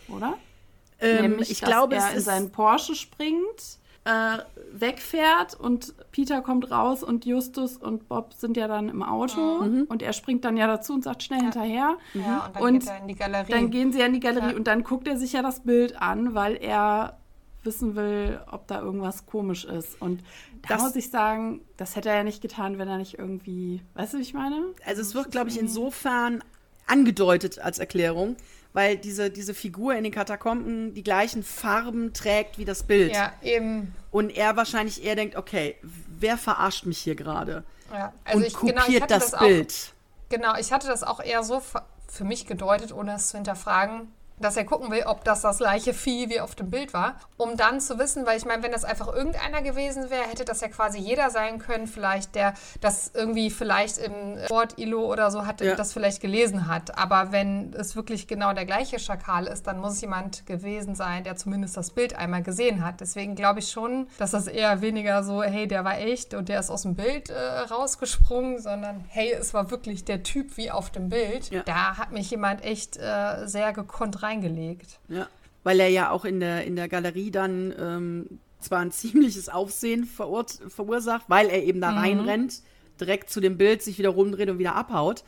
Speaker 2: oder?
Speaker 4: Ich glaube,
Speaker 2: dass
Speaker 4: es
Speaker 2: er in
Speaker 4: ist
Speaker 2: seinen Porsche springt, wegfährt und Peter kommt raus und Justus und Bob sind ja dann im Auto und er springt dann ja dazu und sagt schnell hinterher.
Speaker 3: Ja, und dann geht er in die Galerie.
Speaker 2: Dann gehen sie ja in die Galerie und dann guckt er sich ja das Bild an, weil er wissen will, ob da irgendwas komisch ist. Und da muss ich sagen, das hätte er ja nicht getan, wenn er nicht irgendwie, weißt du, wie ich meine?
Speaker 4: Also es wird, glaube ich, insofern angedeutet als Erklärung, weil diese Figur in den Katakomben die gleichen Farben trägt wie das Bild.
Speaker 3: Ja, eben.
Speaker 4: Und er wahrscheinlich eher denkt, okay, wer verarscht mich hier gerade?
Speaker 3: Ja, also
Speaker 4: und kopiert das Bild.
Speaker 3: Genau, ich hatte das auch eher so für mich gedeutet, ohne es zu hinterfragen, dass er gucken will, ob das gleiche Vieh wie auf dem Bild war, um dann zu wissen, weil ich meine, wenn das einfach irgendeiner gewesen wäre, hätte das ja quasi jeder sein können, vielleicht der das irgendwie vielleicht im Wort-Ilo oder so das vielleicht gelesen hat, aber wenn es wirklich genau der gleiche Schakal ist, dann muss es jemand gewesen sein, der zumindest das Bild einmal gesehen hat. Deswegen glaube ich schon, dass das eher weniger so, hey, der war echt und der ist aus dem Bild rausgesprungen, sondern hey, es war wirklich der Typ wie auf dem Bild. Ja. Da hat mich jemand echt sehr gekonnt reingelegt.
Speaker 4: Ja, weil er ja auch in der Galerie dann zwar ein ziemliches Aufsehen verursacht, weil er eben da reinrennt, direkt zu dem Bild, sich wieder rumdreht und wieder abhaut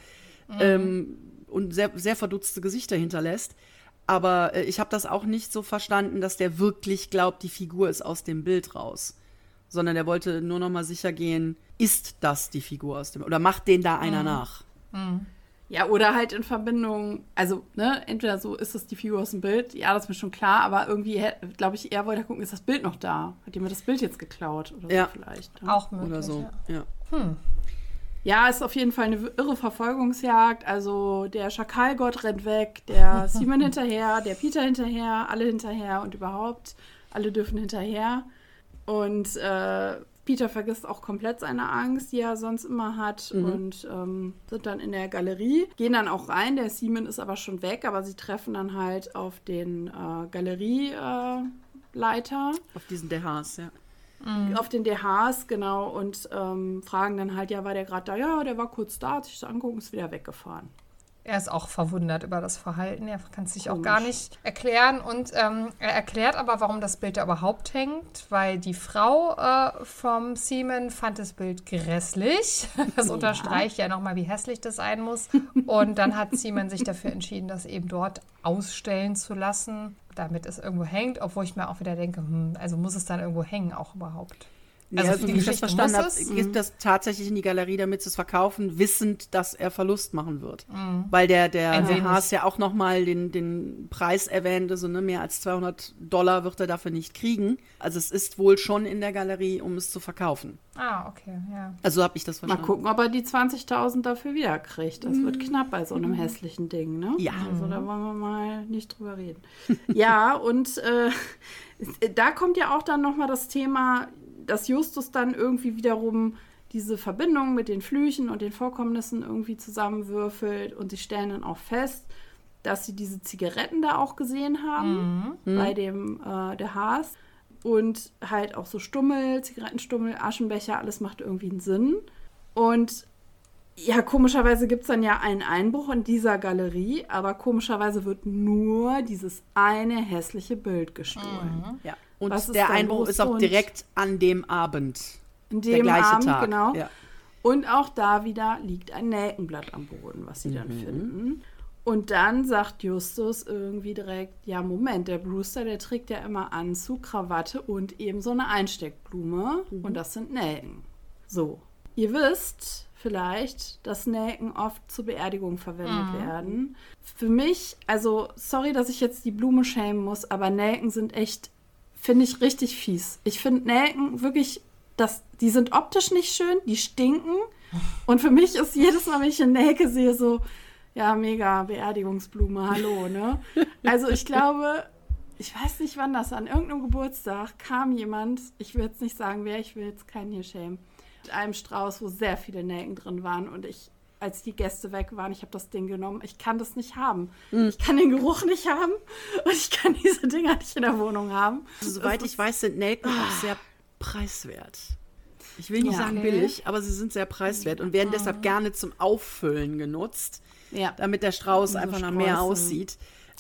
Speaker 4: und sehr, sehr verdutzte Gesichter hinterlässt. Aber ich habe das auch nicht so verstanden, dass der wirklich glaubt, die Figur ist aus dem Bild raus. Sondern der wollte nur noch mal sicher gehen, ist das die Figur aus dem Bild? Oder macht den da einer nach?
Speaker 2: Ja, oder halt in Verbindung, also, ne, entweder so ist es die Figur aus dem Bild, ja, das ist mir schon klar, aber irgendwie, glaube ich, er wollte gucken, ist das Bild noch da? Hat jemand das Bild jetzt geklaut oder so vielleicht? Ne?
Speaker 3: Auch möglich,
Speaker 4: oder so, ja.
Speaker 2: Ja, ist auf jeden Fall eine irre Verfolgungsjagd, also der Schakalgott rennt weg, der Simon hinterher, der Peter hinterher, alle hinterher und überhaupt, alle dürfen hinterher und Peter vergisst auch komplett seine Angst, die er sonst immer hat und sind dann in der Galerie, gehen dann auch rein, der Simon ist aber schon weg, aber sie treffen dann halt auf den Galerieleiter.
Speaker 4: Auf diesen DHs, ja.
Speaker 2: Auf den DHs, genau, und fragen dann halt, ja, war der gerade da? Ja, der war kurz da, hat sich das angucken, ist wieder weggefahren.
Speaker 3: Er ist auch verwundert über das Verhalten. Er kann es sich auch gar nicht erklären. Und er erklärt aber, warum das Bild da überhaupt hängt. Weil die Frau vom Seaman fand das Bild grässlich. Das unterstreicht ja nochmal, wie hässlich das sein muss. Und dann hat Seaman sich dafür entschieden, das eben dort ausstellen zu lassen, damit es irgendwo hängt. Obwohl ich mir auch wieder denke, also muss es dann irgendwo hängen auch überhaupt?
Speaker 4: Also wie ich das verstanden habe, gibt das tatsächlich in die Galerie, damit sie es verkaufen, wissend, dass er Verlust machen wird. Weil der Haas ja auch nochmal den Preis erwähnt, also mehr als $200 wird er dafür nicht kriegen. Also es ist wohl schon in der Galerie, um es zu verkaufen.
Speaker 3: Ah, okay, ja.
Speaker 4: Also habe ich das verstanden.
Speaker 2: Mal gucken, ob er die 20.000 dafür wieder kriegt. Das wird knapp bei so einem hässlichen Ding, ne?
Speaker 4: Ja.
Speaker 2: Also da wollen wir mal nicht drüber reden. Ja, und da kommt ja auch dann nochmal das Thema, dass Justus dann irgendwie wiederum diese Verbindung mit den Flüchen und den Vorkommnissen irgendwie zusammenwürfelt und sie stellen dann auch fest, dass sie diese Zigaretten da auch gesehen haben bei dem der Haas und halt auch so Stummel, Zigarettenstummel, Aschenbecher, alles macht irgendwie einen Sinn. Und ja, komischerweise gibt es dann ja einen Einbruch in dieser Galerie, aber komischerweise wird nur dieses eine hässliche Bild gestohlen.
Speaker 4: Ja. Und der Einbruch ist auch direkt an dem Abend.
Speaker 2: An dem Abend,
Speaker 4: Tag.
Speaker 2: genau.
Speaker 4: Ja.
Speaker 2: Und auch da wieder liegt ein Nelkenblatt am Boden, was sie dann finden. Und dann sagt Justus irgendwie direkt, ja Moment, der Brewster, der trägt ja immer Anzug, Krawatte und eben so eine Einsteckblume. Und das sind Nelken. So, ihr wisst vielleicht, dass Nelken oft zur Beerdigung verwendet werden. Für mich, also sorry, dass ich jetzt die Blume schämen muss, aber Nelken sind echt, finde ich richtig fies. Ich finde Nelken wirklich, die sind optisch nicht schön, die stinken. Und für mich ist jedes Mal, wenn ich eine Nelke sehe, so, ja, mega Beerdigungsblume, hallo, ne? Also ich glaube, ich weiß nicht, wann das an irgendeinem Geburtstag kam jemand, ich will jetzt nicht sagen, wer, ich will jetzt keinen hier schämen, mit einem Strauß, wo sehr viele Nelken drin waren und als die Gäste weg waren, ich habe das Ding genommen, ich kann das nicht haben. Ich kann den Geruch nicht haben und ich kann diese Dinger nicht in der Wohnung haben.
Speaker 4: Also, soweit ich weiß, sind Nelken auch sehr preiswert. Ich will nicht sagen billig, aber sie sind sehr preiswert und werden deshalb gerne zum Auffüllen genutzt, damit der Strauß einfach nach mehr aussieht.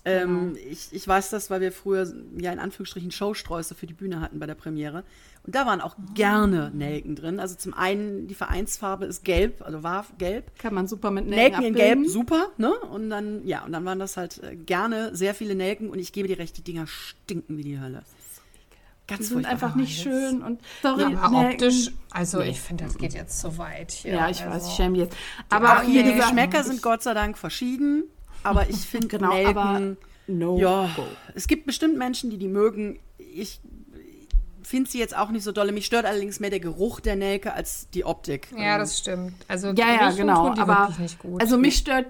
Speaker 4: Ich weiß das, weil wir früher ja in Anführungsstrichen Showsträuße für die Bühne hatten bei der Premiere. Und da waren auch gerne Nelken drin. Also zum einen, die Vereinsfarbe ist gelb, also war gelb.
Speaker 2: Kann man super mit Nelken
Speaker 4: Nelken in gelb, super, ne? Und dann waren das halt gerne sehr viele Nelken. Und ich gebe dir recht, die Dinger stinken wie die Hölle.
Speaker 2: Die sind einfach nicht schön. Und sorry,
Speaker 3: aber
Speaker 2: Nelken.
Speaker 3: optisch, also ich finde, das geht jetzt zu weit hier.
Speaker 2: Ja, ich
Speaker 3: also.
Speaker 2: weiß, ich schäme mich jetzt.
Speaker 4: Aber
Speaker 2: Aber
Speaker 4: hier, die
Speaker 2: nee,
Speaker 4: Geschmäcker sind Gott sei Dank verschieden. Aber ich finde
Speaker 2: Genau,
Speaker 4: Nelken,
Speaker 2: aber no
Speaker 4: ja,
Speaker 2: go.
Speaker 4: es gibt bestimmt Menschen, die mögen. Ich finde sie jetzt auch nicht so dolle. Mich stört allerdings mehr der Geruch der Nelke als die Optik.
Speaker 3: Ja, das stimmt. Also
Speaker 2: Ja,
Speaker 3: riechen
Speaker 2: genau.
Speaker 3: tun die
Speaker 2: Aber
Speaker 3: wirklich nicht gut.
Speaker 2: also mich stört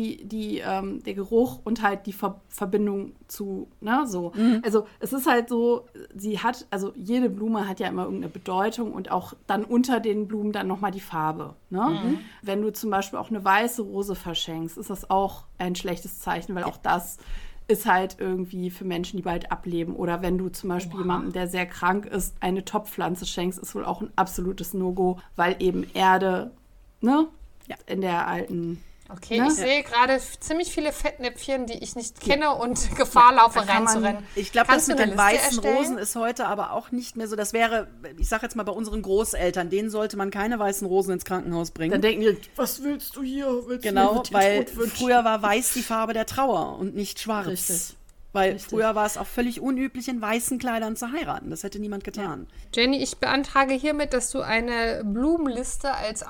Speaker 2: der Geruch und halt die Verbindung zu, ne, so. Also es ist halt so, also jede Blume hat ja immer irgendeine Bedeutung und auch dann unter den Blumen dann nochmal die Farbe. Ne? Wenn du zum Beispiel auch eine weiße Rose verschenkst, ist das auch ein schlechtes Zeichen, weil auch das ist halt irgendwie für Menschen, die bald ableben. Oder wenn du zum Beispiel jemandem, der sehr krank ist, eine Topfpflanze schenkst, ist wohl auch ein absolutes No-Go, weil eben Erde, ne, in der alten...
Speaker 3: Okay,
Speaker 2: ne?
Speaker 3: ich sehe gerade ziemlich viele Fettnäpfchen, die ich nicht kenne und Gefahr laufe, reinzurennen.
Speaker 4: Ich glaube, das
Speaker 3: Kannst du
Speaker 4: mit
Speaker 3: eine
Speaker 4: den
Speaker 3: Liste
Speaker 4: weißen
Speaker 3: erstellen?
Speaker 4: Rosen ist heute aber auch nicht mehr so. Das wäre, ich sage jetzt mal bei unseren Großeltern, denen sollte man keine weißen Rosen ins Krankenhaus bringen.
Speaker 2: Dann denken die, was willst du hier? Willst
Speaker 4: Genau,
Speaker 2: du mir
Speaker 4: weil
Speaker 2: den Tod wünschen?
Speaker 4: früher war weiß die Farbe der Trauer und nicht schwarz.
Speaker 2: Richtig.
Speaker 4: Weil
Speaker 2: Richtig.
Speaker 4: früher war es auch völlig unüblich, in weißen Kleidern zu heiraten. Das hätte niemand getan.
Speaker 3: Jenny, ich beantrage hiermit, dass du eine Blumenliste als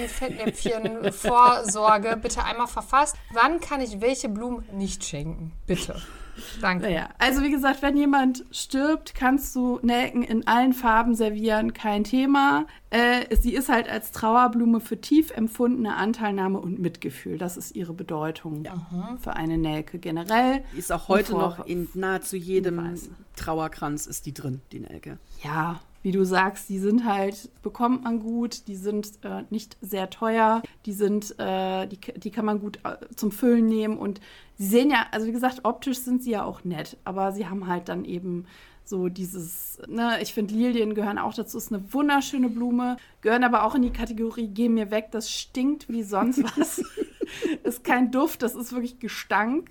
Speaker 3: Anti-Fettnäpfchen-Vorsorge bitte einmal verfasst. Wann kann ich welche Blumen nicht schenken? Bitte. Danke.
Speaker 2: Naja, also wie gesagt, wenn jemand stirbt, kannst du Nelken in allen Farben servieren, kein Thema. Sie ist halt als Trauerblume für tief empfundene Anteilnahme und Mitgefühl. Das ist ihre Bedeutung für eine Nelke generell.
Speaker 4: Die ist auch heute
Speaker 2: Bevor-
Speaker 4: noch in nahezu jedem
Speaker 2: Weiß.
Speaker 4: Trauerkranz ist die drin, die Nelke.
Speaker 2: Ja, wie du sagst, die sind halt, bekommt man gut, die sind nicht sehr teuer, die kann man gut zum Füllen nehmen und sie sehen ja, also wie gesagt, optisch sind sie ja auch nett, aber sie haben halt dann eben so dieses, ne, ich finde Lilien gehören auch dazu, ist eine wunderschöne Blume, gehören aber auch in die Kategorie, geh mir weg, das stinkt wie sonst was. Ist kein Duft, das ist wirklich Gestank.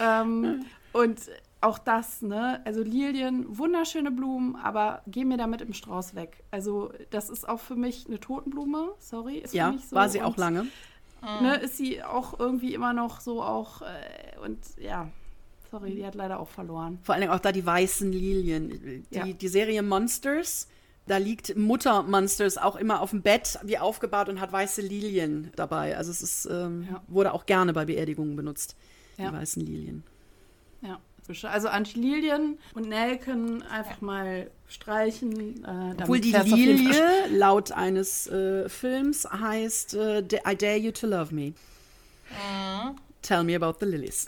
Speaker 2: Und auch das, ne? Also Lilien, wunderschöne Blumen, aber geh mir damit im Strauß weg. Also das ist auch für mich eine Totenblume, sorry. Ist für
Speaker 4: Ja,
Speaker 2: mich so.
Speaker 4: war sie
Speaker 2: Und,
Speaker 4: auch lange.
Speaker 2: Ne, ist sie auch irgendwie immer noch so auch, und ja, sorry, die hat leider auch verloren.
Speaker 4: Vor allen Dingen auch da die weißen Lilien.
Speaker 2: Ja.
Speaker 4: Die Serie Monsters, da liegt Mutter Monsters auch immer auf dem Bett, wie aufgebaut und hat weiße Lilien dabei. Also es ist, wurde auch gerne bei Beerdigungen benutzt, die
Speaker 2: Ja.
Speaker 4: weißen Lilien.
Speaker 2: Ja. Also Anti-Lilien und Nelken einfach mal streichen.
Speaker 4: Obwohl die
Speaker 2: damit fährt's auf jeden Fall
Speaker 4: Lilie laut eines Films heißt I Dare You to Love Me. Tell me about the lilies.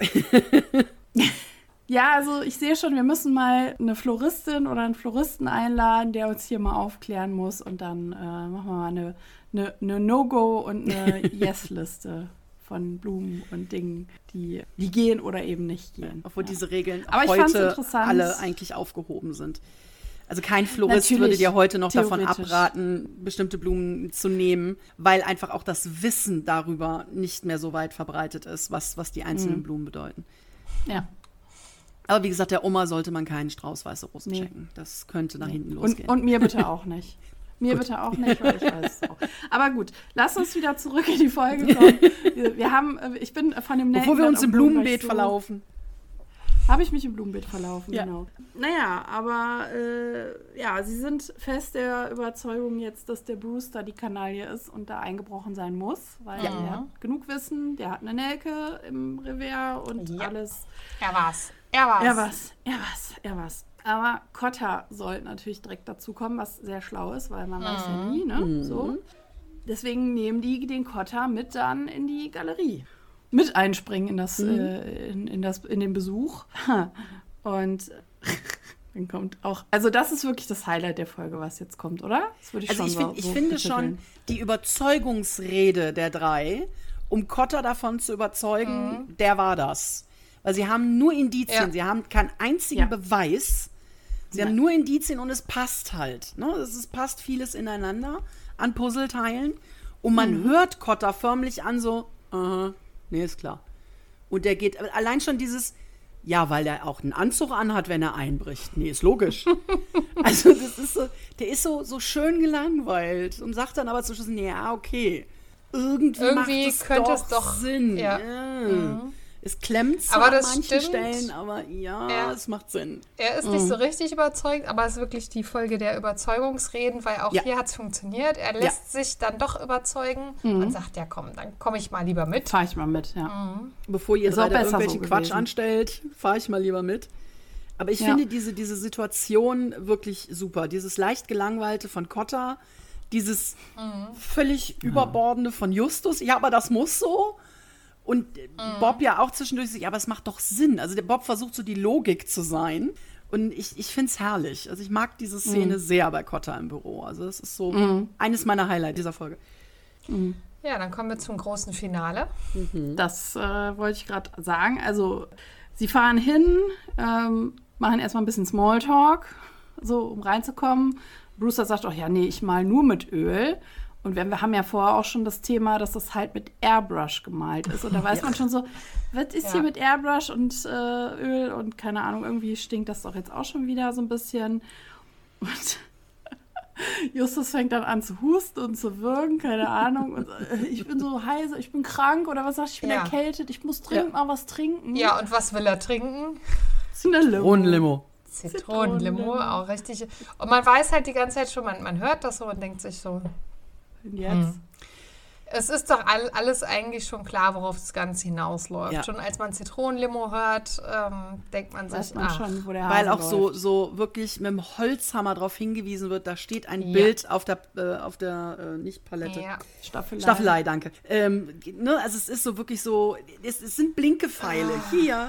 Speaker 2: Ja, also ich sehe schon, wir müssen mal eine Floristin oder einen Floristen einladen, der uns hier mal aufklären muss und dann machen wir mal eine No-Go und eine Yes-Liste von Blumen und Dingen, die gehen oder eben nicht gehen.
Speaker 4: Obwohl diese Regeln
Speaker 2: Aber ich fand's
Speaker 4: heute
Speaker 2: interessant.
Speaker 4: alle eigentlich aufgehoben sind. Also kein Florist
Speaker 2: Natürlich,
Speaker 4: würde dir heute noch davon
Speaker 2: theoretisch.
Speaker 4: abraten, bestimmte Blumen zu nehmen, weil einfach auch das Wissen darüber nicht mehr so weit verbreitet ist, was die einzelnen Blumen bedeuten.
Speaker 2: Ja.
Speaker 4: Aber wie gesagt, der Oma sollte man keinen Strauß weiße Rosen
Speaker 2: Nee.
Speaker 4: schenken. Das könnte nach hinten losgehen.
Speaker 2: Und mir bitte auch nicht. Mir bitte auch nicht, weil ich weiß es auch. Aber gut, lass uns wieder zurück in die Folge kommen. Ich bin von dem
Speaker 4: Bevor wir uns im
Speaker 2: Blumen
Speaker 4: Blumenbeet verlaufen.
Speaker 2: Habe ich mich im Blumenbeet verlaufen,
Speaker 4: Ja.
Speaker 2: genau. Naja, aber sie sind fest der Überzeugung jetzt, dass der Brewster die Kanaille ist und da eingebrochen sein muss, weil er hat genug Wissen, der hat eine Nelke im Revier und alles.
Speaker 3: Er war's.
Speaker 2: Er war's. Aber Cotta soll natürlich direkt dazu kommen, was sehr schlau ist, weil man weiß ja nie, ne? So. Deswegen nehmen die den Cotta mit dann in die Galerie. Mit einspringen in den Besuch. Und dann kommt auch, also das ist wirklich das Highlight der Folge, was jetzt kommt, oder? Das würde ich
Speaker 4: Also
Speaker 2: schon
Speaker 4: ich finde schon, die Überzeugungsrede der drei, um Cotta davon zu überzeugen, der war das. Weil sie haben nur Indizien, sie haben keinen einzigen Beweis. Sie haben nur Indizien und es passt halt. Ne? Es passt vieles ineinander an Puzzleteilen. Und man hört Cotta förmlich an so, nee, ist klar. Und der geht, allein schon dieses, Ja, weil er auch einen Anzug anhat, wenn er einbricht. Nee, ist logisch. Also das ist so, der ist so schön gelangweilt und sagt dann aber zu Schluss, ja, okay. Irgendwie macht
Speaker 3: könnte
Speaker 4: es doch Sinn.
Speaker 3: Ja.
Speaker 4: Es klemmt zwar
Speaker 3: aber
Speaker 4: an
Speaker 3: das
Speaker 4: manchen
Speaker 3: stimmt.
Speaker 4: Stellen, aber es macht Sinn.
Speaker 3: Er ist nicht so richtig überzeugt, aber es ist wirklich die Folge der Überzeugungsreden, weil auch hier hat es funktioniert. Er lässt sich dann doch überzeugen und sagt, ja komm, dann komme ich mal lieber mit.
Speaker 2: Fahr ich mal mit, ja.
Speaker 4: Bevor ihr
Speaker 2: Ist auch
Speaker 4: drei da
Speaker 2: besser
Speaker 4: irgendwelchen
Speaker 2: so
Speaker 4: Quatsch
Speaker 2: gewesen.
Speaker 4: anstellt, fahre ich mal lieber mit. Aber ich finde diese Situation wirklich super. Dieses leicht gelangweilte von Cotta, dieses völlig überbordende von Justus. Ja, aber das muss so. Und Bob ja auch zwischendurch sich, aber es macht doch Sinn. Also der Bob versucht so die Logik zu sein. Und ich finde es herrlich. Also ich mag diese Szene sehr bei Cotta im Büro. Also das ist so eines meiner Highlights dieser Folge.
Speaker 3: Ja, dann kommen wir zum großen Finale.
Speaker 2: Das wollte ich gerade sagen. Also sie fahren hin, machen erstmal ein bisschen Smalltalk, so um reinzukommen. Brewster sagt auch, ja, nee, ich mal nur mit Öl. Und wir haben ja vorher auch schon das Thema, dass das halt mit Airbrush gemalt ist. Und da weiß man schon so, was ist hier mit Airbrush und Öl und keine Ahnung, irgendwie stinkt das doch jetzt auch schon wieder so ein bisschen. Und Justus fängt dann an zu husten und zu würgen, keine Ahnung. Und ich bin so heiser, ich bin krank oder was sagst du, ich bin erkältet, ich muss dringend mal was trinken.
Speaker 3: Ja, und was will er trinken?
Speaker 4: Zitronenlimo.
Speaker 3: Zitronenlimo, auch richtig. Und man weiß halt die ganze Zeit schon, man hört das so und denkt sich so,
Speaker 2: Und jetzt?
Speaker 3: es ist doch alles eigentlich schon klar, worauf das Ganze hinausläuft.
Speaker 4: Ja.
Speaker 3: Schon als man Zitronenlimo hört, denkt man sich,
Speaker 2: Weiß man schon, wo der
Speaker 4: Weil
Speaker 2: Hase
Speaker 4: auch
Speaker 2: läuft.
Speaker 4: so wirklich mit dem Holzhammer darauf hingewiesen wird, da steht ein Bild auf der nicht Palette.
Speaker 3: Ja.
Speaker 4: Staffelei, danke. Also es ist so wirklich so, es sind blinke Pfeile. Hier.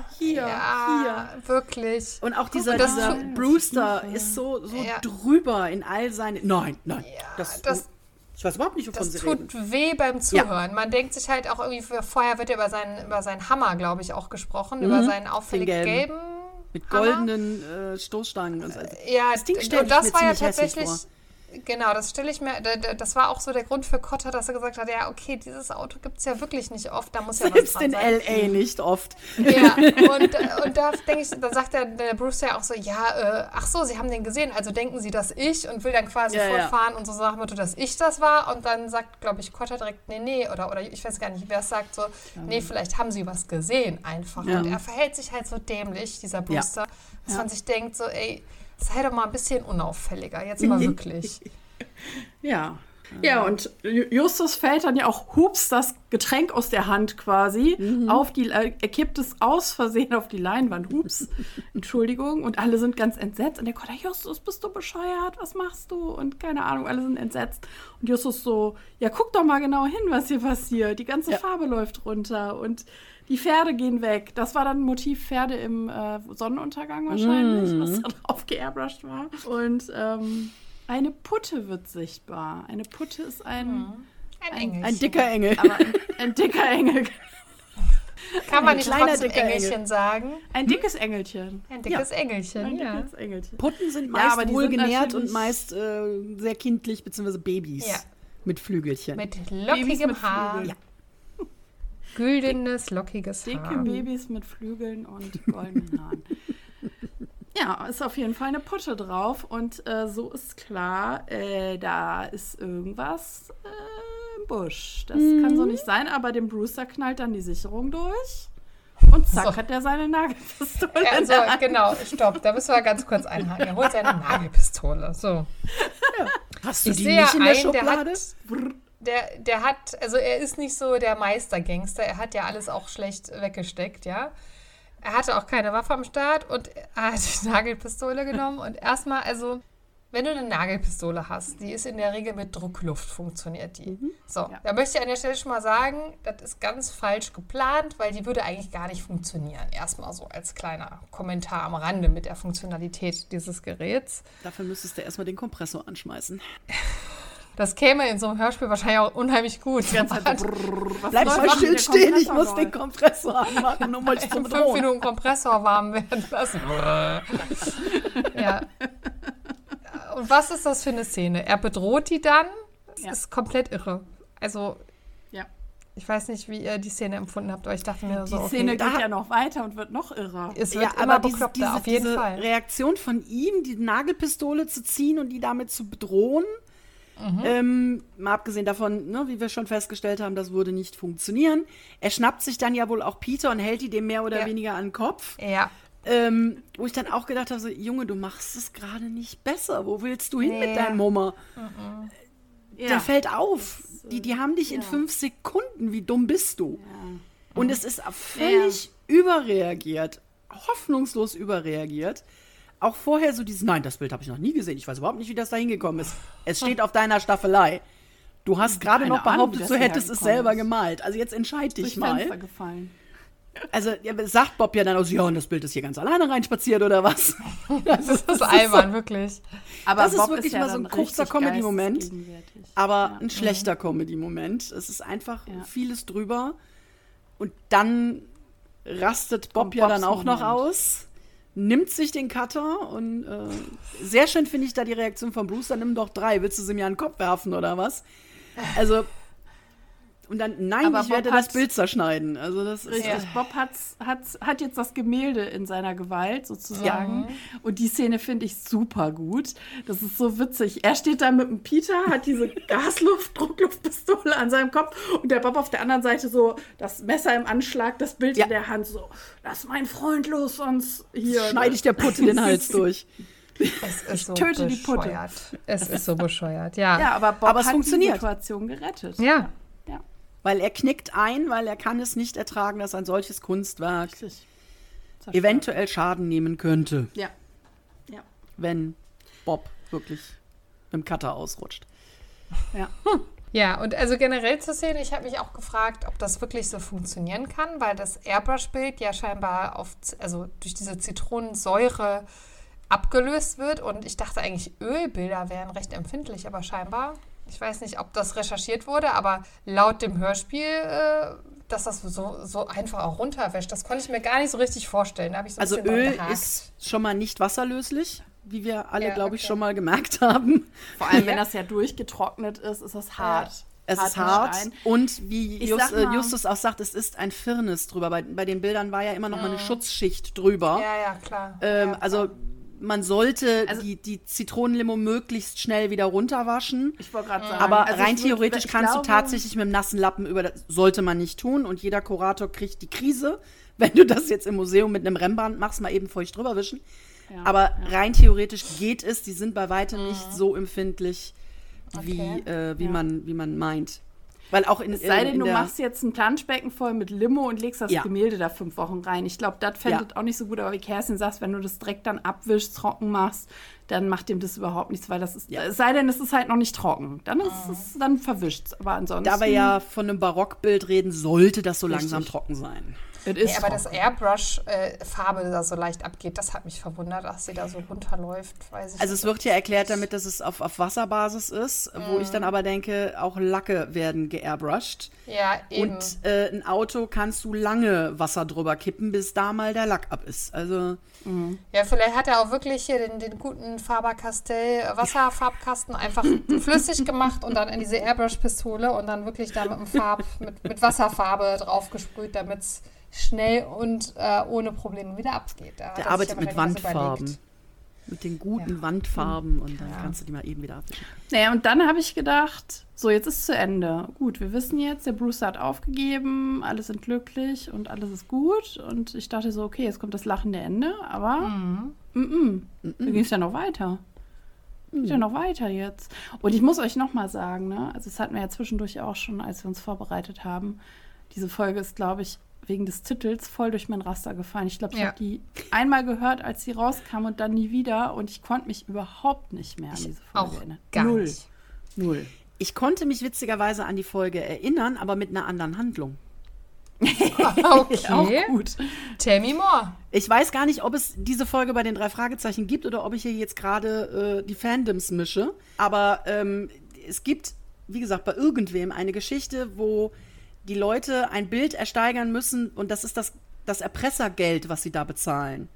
Speaker 3: Wirklich.
Speaker 4: Und auch dieser
Speaker 3: das-
Speaker 4: Brewster ist so drüber in all seinen. Nein. Ich weiß überhaupt nicht, wovon
Speaker 3: Das
Speaker 4: sie
Speaker 3: tut
Speaker 4: reden.
Speaker 3: weh beim Zuhören. Man denkt sich halt auch irgendwie, vorher wird ja über seinen Hammer, glaube ich, auch gesprochen, über seinen auffällig
Speaker 4: Den gelben.
Speaker 3: gelben
Speaker 4: Mit
Speaker 3: Hammer.
Speaker 4: goldenen Stoßstangen. Und so.
Speaker 3: Ja,
Speaker 4: Das Ding stell
Speaker 3: und
Speaker 4: ich
Speaker 3: das
Speaker 4: mir
Speaker 3: war ja
Speaker 4: ziemlich hässlich
Speaker 3: tatsächlich,
Speaker 4: vor.
Speaker 3: genau, das stelle ich mir, das war auch so der Grund für Cotta, dass er gesagt hat, ja, okay, dieses Auto gibt es ja wirklich nicht oft, da muss ja was
Speaker 4: Selbst
Speaker 3: dran
Speaker 4: in
Speaker 3: sein.
Speaker 4: L.A. nicht oft.
Speaker 3: Ja, und da denke ich, dann sagt der Bruce ja auch so, ja, ach so, Sie haben den gesehen, also denken Sie, dass ich, und will dann quasi fortfahren und so sagen, dass ich das war, und dann sagt, glaube ich, Cotta direkt, nee, oder ich weiß gar nicht, wer es sagt, so, nee, vielleicht haben Sie was gesehen einfach.
Speaker 4: Ja.
Speaker 3: Und er verhält sich halt so dämlich, dieser Brewster, dass man sich denkt, so, ey, sei doch mal ein bisschen unauffälliger, jetzt mal wirklich.
Speaker 2: Ja. Ja, und Justus fällt dann ja auch hups das Getränk aus der Hand quasi auf die, er kippt es aus Versehen auf die Leinwand, hups, Entschuldigung, und alle sind ganz entsetzt und der Gott, Justus, bist du bescheuert, was machst du? Und keine Ahnung, alle sind entsetzt und Justus so, ja, guck doch mal genau hin, was hier passiert, die ganze Farbe läuft runter und die Pferde gehen weg. Das war dann Motiv Pferde im Sonnenuntergang wahrscheinlich, was da drauf geairbrushed war. Und eine Putte wird sichtbar. Eine Putte ist
Speaker 3: Ein Engelchen.
Speaker 4: Ein dicker Engel.
Speaker 2: aber ein dicker Engel.
Speaker 3: Kann man nicht
Speaker 4: kleiner,
Speaker 3: trotzdem
Speaker 4: dicker
Speaker 3: Engelchen
Speaker 4: Engel.
Speaker 3: sagen?
Speaker 2: Ein dickes Engelchen.
Speaker 3: Ein dickes Engelchen,
Speaker 2: Ein
Speaker 3: ja.
Speaker 2: dickes Engelchen.
Speaker 4: Putten sind
Speaker 2: Ja,
Speaker 4: meist
Speaker 2: aber die
Speaker 4: wohlgenährt
Speaker 2: sind
Speaker 4: und meist sehr kindlich, beziehungsweise Babys
Speaker 3: Ja.
Speaker 4: mit Flügelchen.
Speaker 3: Mit
Speaker 2: Babys
Speaker 3: lockigem
Speaker 2: mit
Speaker 3: Haar.
Speaker 2: Flügeln.
Speaker 3: Güldenes, lockiges
Speaker 2: Dicke
Speaker 3: Haar.
Speaker 2: Babys mit Flügeln und goldenen Haaren. Ja, ist auf jeden Fall eine Putte drauf. Und so ist klar, da ist irgendwas im Busch. Das kann so nicht sein, aber dem Brewster knallt dann die Sicherung durch. Und zack,
Speaker 3: So.
Speaker 2: hat er seine Nagelpistole in
Speaker 3: Also,
Speaker 2: der Hand.
Speaker 3: genau, stopp, da müssen wir ganz kurz einhaken. Er holt seine Nagelpistole. So.
Speaker 4: Hast du
Speaker 3: Ich
Speaker 4: die
Speaker 3: sehe
Speaker 4: nicht in der
Speaker 3: einen,
Speaker 4: Schublade?
Speaker 3: der hat, also er ist nicht so der Meistergangster, er hat ja alles auch schlecht weggesteckt, ja. Er hatte auch keine Waffe am Start und er hat die Nagelpistole genommen und erstmal, also, wenn du eine Nagelpistole hast, die ist in der Regel mit Druckluft, funktioniert die. So, da möchte ich an der Stelle schon mal sagen, das ist ganz falsch geplant, weil die würde eigentlich gar nicht funktionieren. Erstmal so als kleiner Kommentar am Rande mit der Funktionalität dieses Geräts.
Speaker 4: Dafür müsstest du erstmal den Kompressor anschmeißen.
Speaker 3: Das käme in so einem Hörspiel wahrscheinlich auch unheimlich gut.
Speaker 2: Was
Speaker 4: Bleib
Speaker 2: soll
Speaker 4: mal
Speaker 2: machen,
Speaker 4: stillstehen,
Speaker 2: der
Speaker 4: ich muss
Speaker 2: Kompressor
Speaker 4: den Kompressor anmachen, nur mal zu
Speaker 3: 5
Speaker 4: bedrohen.
Speaker 3: Minuten Kompressor warm werden lassen. Ja. Und was ist das für eine Szene? Er bedroht die dann. Das
Speaker 2: Ja.
Speaker 3: ist komplett irre. Also,
Speaker 2: Ja.
Speaker 3: Ich weiß nicht, wie ihr die Szene empfunden habt, aber ich dachte mir so,
Speaker 2: Die Szene geht ja noch weiter und wird noch irrer.
Speaker 3: es wird immer bekloppter, auf jeden
Speaker 4: diese
Speaker 3: Fall.
Speaker 4: Reaktion von ihm, die Nagelpistole zu ziehen und die damit zu bedrohen, mal abgesehen davon, ne, wie wir schon festgestellt haben, das würde nicht funktionieren. Er schnappt sich dann ja wohl auch Peter und hält die dem mehr oder weniger an den Kopf.
Speaker 3: Ja.
Speaker 4: Wo ich dann auch gedacht habe, so, Junge, du machst es gerade nicht besser. Wo willst du hin mit deinem Hummer? Der fällt auf. Die haben dich in 5 Sekunden. Wie dumm bist du? Ja. Und es ist völlig überreagiert. Hoffnungslos überreagiert. Auch vorher so dieses, nein, das Bild habe ich noch nie gesehen. Ich weiß überhaupt nicht, wie das da hingekommen ist. Es steht auf deiner Staffelei. Du hast gerade noch behauptet, du hättest es selber gemalt. Also jetzt entscheid dich mal.
Speaker 2: Fenster gefallen.
Speaker 4: Also sagt Bob ja dann aus, ja, und das Bild ist hier ganz alleine reinspaziert oder was?
Speaker 3: Das ist albern, wirklich.
Speaker 2: Aber
Speaker 4: das
Speaker 2: Bob
Speaker 4: ist wirklich
Speaker 2: ja
Speaker 4: mal so ein
Speaker 2: dann
Speaker 4: kurzer
Speaker 2: richtig
Speaker 4: Comedy-Moment,
Speaker 2: geistesgegenwärtig.
Speaker 4: aber ein schlechter Comedy-Moment. Es ist einfach vieles drüber. Und dann rastet Bob ja dann auch noch aus, nimmt sich den Cutter und sehr schön finde ich da die Reaktion von Bruce, dann nimm doch 3, willst du sie mir an den Kopf werfen oder was? Also, und dann, nein,
Speaker 2: Aber
Speaker 4: ich werde das Bild zerschneiden. Also das ist
Speaker 2: Richtig, Bob hat jetzt das Gemälde in seiner Gewalt sozusagen. Und die Szene finde ich super gut. Das ist so witzig. Er steht da mit dem Peter, hat diese Druckluftpistole an seinem Kopf und der Bob auf der anderen Seite so das Messer im Anschlag, das Bild in der Hand so, lass meinen Freund los, sonst hier.
Speaker 4: Schneide ich der Putte den Hals durch.
Speaker 3: Es ist so
Speaker 2: töte die Putte.
Speaker 3: bescheuert. Es ist so bescheuert, ja.
Speaker 2: Ja, aber Bob
Speaker 4: es
Speaker 2: hat
Speaker 4: funktioniert.
Speaker 2: die Situation gerettet.
Speaker 3: Ja.
Speaker 4: Weil er knickt ein, weil er kann es nicht ertragen, dass ein solches Kunstwerk
Speaker 2: Richtig.
Speaker 4: eventuell Schaden nehmen könnte,
Speaker 2: Ja.
Speaker 4: wenn Bob wirklich mit dem Cutter ausrutscht.
Speaker 2: Ja.
Speaker 3: Ja, und also generell zur Szene, ich habe mich auch gefragt, ob das wirklich so funktionieren kann, weil das Airbrush-Bild ja scheinbar durch diese Zitronensäure abgelöst wird. Und ich dachte eigentlich, Ölbilder wären recht empfindlich, aber scheinbar, ich weiß nicht, ob das recherchiert wurde, aber laut dem Hörspiel, dass das so einfach auch runterwäscht, das konnte ich mir gar nicht so richtig vorstellen. Da habe ich so ein
Speaker 4: Also
Speaker 3: bisschen
Speaker 4: Öl
Speaker 3: gehakt.
Speaker 4: ist schon mal nicht wasserlöslich, wie wir alle, glaube ich, schon mal gemerkt haben.
Speaker 2: Vor allem, wenn das ja durchgetrocknet ist, ist das hart.
Speaker 4: Es ist
Speaker 2: wie
Speaker 4: hart
Speaker 2: Stein.
Speaker 4: und wie
Speaker 2: Ich sag mal-
Speaker 4: Justus auch sagt, es ist ein Firnis drüber. Bei den Bildern war ja immer noch mal eine Schutzschicht drüber.
Speaker 3: Ja, klar.
Speaker 4: Also man sollte
Speaker 2: Also-
Speaker 4: die Zitronenlimo möglichst schnell wieder runterwaschen.
Speaker 2: Ich wollte gerade sagen.
Speaker 4: Aber
Speaker 2: also
Speaker 4: rein
Speaker 2: ich
Speaker 4: theoretisch
Speaker 2: ich
Speaker 4: kannst
Speaker 2: glaube,
Speaker 4: du tatsächlich mit dem nassen Lappen sollte man nicht tun. Und jeder Kurator kriegt die Krise, wenn du das jetzt im Museum mit einem Rembrandt machst, mal eben feucht drüber wischen. Aber rein theoretisch geht es. Die sind bei weitem nicht so empfindlich, wie man meint. Weil auch
Speaker 2: Es sei denn, du machst jetzt ein Planschbecken voll mit Limo und legst das Gemälde da 5 Wochen rein. Ich glaube, das fände ich auch nicht so gut. Aber wie Kerstin sagt, wenn du das direkt dann abwischst, trocken machst, dann macht dem das überhaupt nichts, weil das ist, es sei denn, es ist halt noch nicht trocken. Dann ist es, dann verwischt es. Aber ansonsten.
Speaker 4: Da wir ja von einem Barockbild reden, sollte das so
Speaker 2: Richtig.
Speaker 4: langsam trocken sein.
Speaker 2: es ist
Speaker 3: Aber das
Speaker 2: trocken.
Speaker 3: Airbrush-Farbe da so leicht abgeht, das hat mich verwundert, dass sie da so runterläuft. Weiß ich
Speaker 4: Also
Speaker 3: nicht.
Speaker 4: es wird ja erklärt damit, dass es auf Wasserbasis ist, wo ich dann aber denke, auch Lacke werden geairbrushed.
Speaker 3: Ja, eben.
Speaker 4: Und ein Auto kannst du lange Wasser drüber kippen, bis da mal der Lack ab ist. Also
Speaker 3: Ja, vielleicht hat er auch wirklich hier den guten Faber-Castell Wasserfarbkasten einfach flüssig gemacht und dann in diese Airbrush-Pistole und dann wirklich da mit Wasserfarbe draufgesprüht, damit es schnell und ohne Probleme wieder abgeht. Da hat
Speaker 4: der
Speaker 3: er
Speaker 4: arbeitet
Speaker 3: sich
Speaker 4: mit
Speaker 3: aber irgendwas
Speaker 4: Wandfarben.
Speaker 3: überlegt.
Speaker 4: Mit den guten Wandfarben und dann kannst du die mal eben wieder abwischen.
Speaker 2: Naja, und dann habe ich gedacht, so, jetzt ist zu Ende. Gut, wir wissen jetzt, der Bruce hat aufgegeben, alle sind glücklich und alles ist gut. Und ich dachte so, okay, jetzt kommt das lachende Ende, aber dann ging es ja noch weiter. Geht ja noch weiter jetzt. Und ich muss euch noch mal sagen, ne, also das hatten wir ja zwischendurch auch schon, als wir uns vorbereitet haben. Diese Folge ist, glaube ich, wegen des Titels voll durch mein Raster gefallen. Ich glaube, ich habe die einmal gehört, als sie rauskam und dann nie wieder. Und ich konnte mich überhaupt nicht mehr an diese Folge
Speaker 3: Auch
Speaker 2: erinnern.
Speaker 3: gar
Speaker 2: Null.
Speaker 3: nicht.
Speaker 2: Null.
Speaker 4: Ich konnte mich witzigerweise an die Folge erinnern, aber mit einer anderen Handlung.
Speaker 2: Auch
Speaker 3: Okay,
Speaker 2: gut.
Speaker 3: tell me more.
Speaker 4: Ich weiß gar nicht, ob es diese Folge bei den 3 Fragezeichen gibt oder ob ich hier jetzt gerade die Fandoms mische. Aber es gibt, wie gesagt, bei irgendwem eine Geschichte, wo die Leute ein Bild ersteigern müssen und das ist das Erpressergeld, was sie da bezahlen.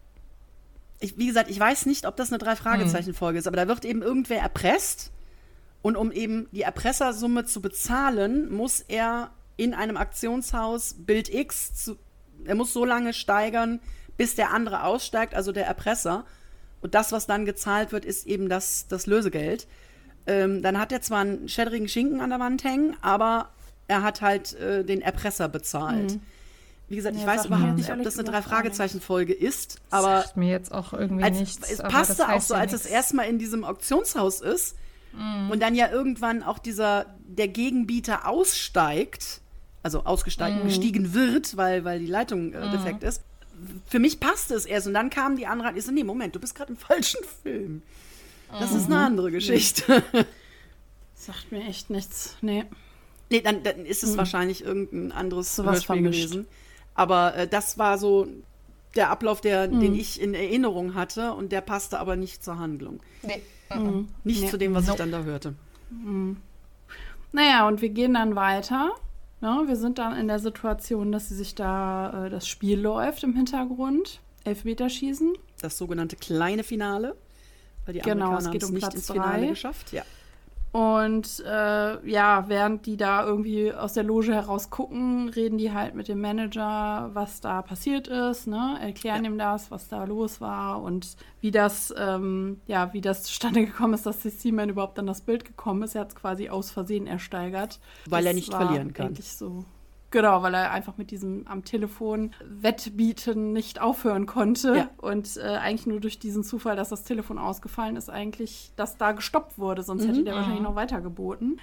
Speaker 4: Wie gesagt, ich weiß nicht, ob das eine 3-Fragezeichen-Folge ist, aber da wird eben irgendwer erpresst und um eben die Erpressersumme zu bezahlen, muss er in einem Auktionshaus Bild X, er muss so lange steigern, bis der andere aussteigt, also der Erpresser. Und das, was dann gezahlt wird, ist eben das Lösegeld. Dann hat er zwar einen schädrigen Schinken an der Wand hängen, aber er hat halt den Erpresser bezahlt. Wie gesagt, ich weiß überhaupt nicht, ob das eine 3-Fragezeichen-Folge ist, aber
Speaker 3: sagt mir jetzt auch irgendwie nichts.
Speaker 4: Es
Speaker 3: aber
Speaker 4: passte
Speaker 3: das
Speaker 4: auch
Speaker 3: heißt
Speaker 4: so,
Speaker 3: ja
Speaker 4: als es erstmal in diesem Auktionshaus ist und dann ja irgendwann auch der Gegenbieter aussteigt, also gestiegen wird, weil die Leitung defekt ist. Für mich passte es erst und dann kamen die anderen und ich so, nee, Moment, du bist gerade im falschen Film. Das ist eine andere Geschichte.
Speaker 2: Sagt mir echt nichts. Nee,
Speaker 4: dann ist es wahrscheinlich irgendein anderes
Speaker 2: Sowas
Speaker 4: Hörspiel
Speaker 2: vermischt.
Speaker 4: gewesen. Aber das war so der Ablauf, den ich in Erinnerung hatte und der passte aber nicht zur Handlung.
Speaker 3: Nee.
Speaker 4: Nicht zu dem, was ich dann da hörte.
Speaker 2: Naja, und wir gehen dann weiter. Ne? Wir sind dann in der Situation, dass sie sich da das Spiel läuft im Hintergrund. Elfmeterschießen.
Speaker 4: Das sogenannte kleine Finale. Weil die
Speaker 2: Genau,
Speaker 4: Amerikaner
Speaker 2: es
Speaker 4: haben
Speaker 2: geht
Speaker 4: es
Speaker 2: um
Speaker 4: nicht
Speaker 2: Platz
Speaker 4: ins Finale
Speaker 2: 3.
Speaker 4: geschafft. Ja.
Speaker 2: Und während die da irgendwie aus der Loge heraus gucken, reden die halt mit dem Manager, was da passiert ist, ne? Erklären ihm das, was da los war und wie das zustande gekommen ist, dass Seaman überhaupt an das Bild gekommen ist. Er hat es quasi aus Versehen ersteigert.
Speaker 4: Weil
Speaker 2: das
Speaker 4: er nicht
Speaker 2: war
Speaker 4: verlieren kann.
Speaker 2: Eigentlich so. Genau, weil er einfach mit diesem am Telefon Wettbieten nicht aufhören konnte.
Speaker 4: Ja.
Speaker 2: Und eigentlich nur durch diesen Zufall, dass das Telefon ausgefallen ist, eigentlich, dass da gestoppt wurde. Sonst hätte der wahrscheinlich noch weiter geboten.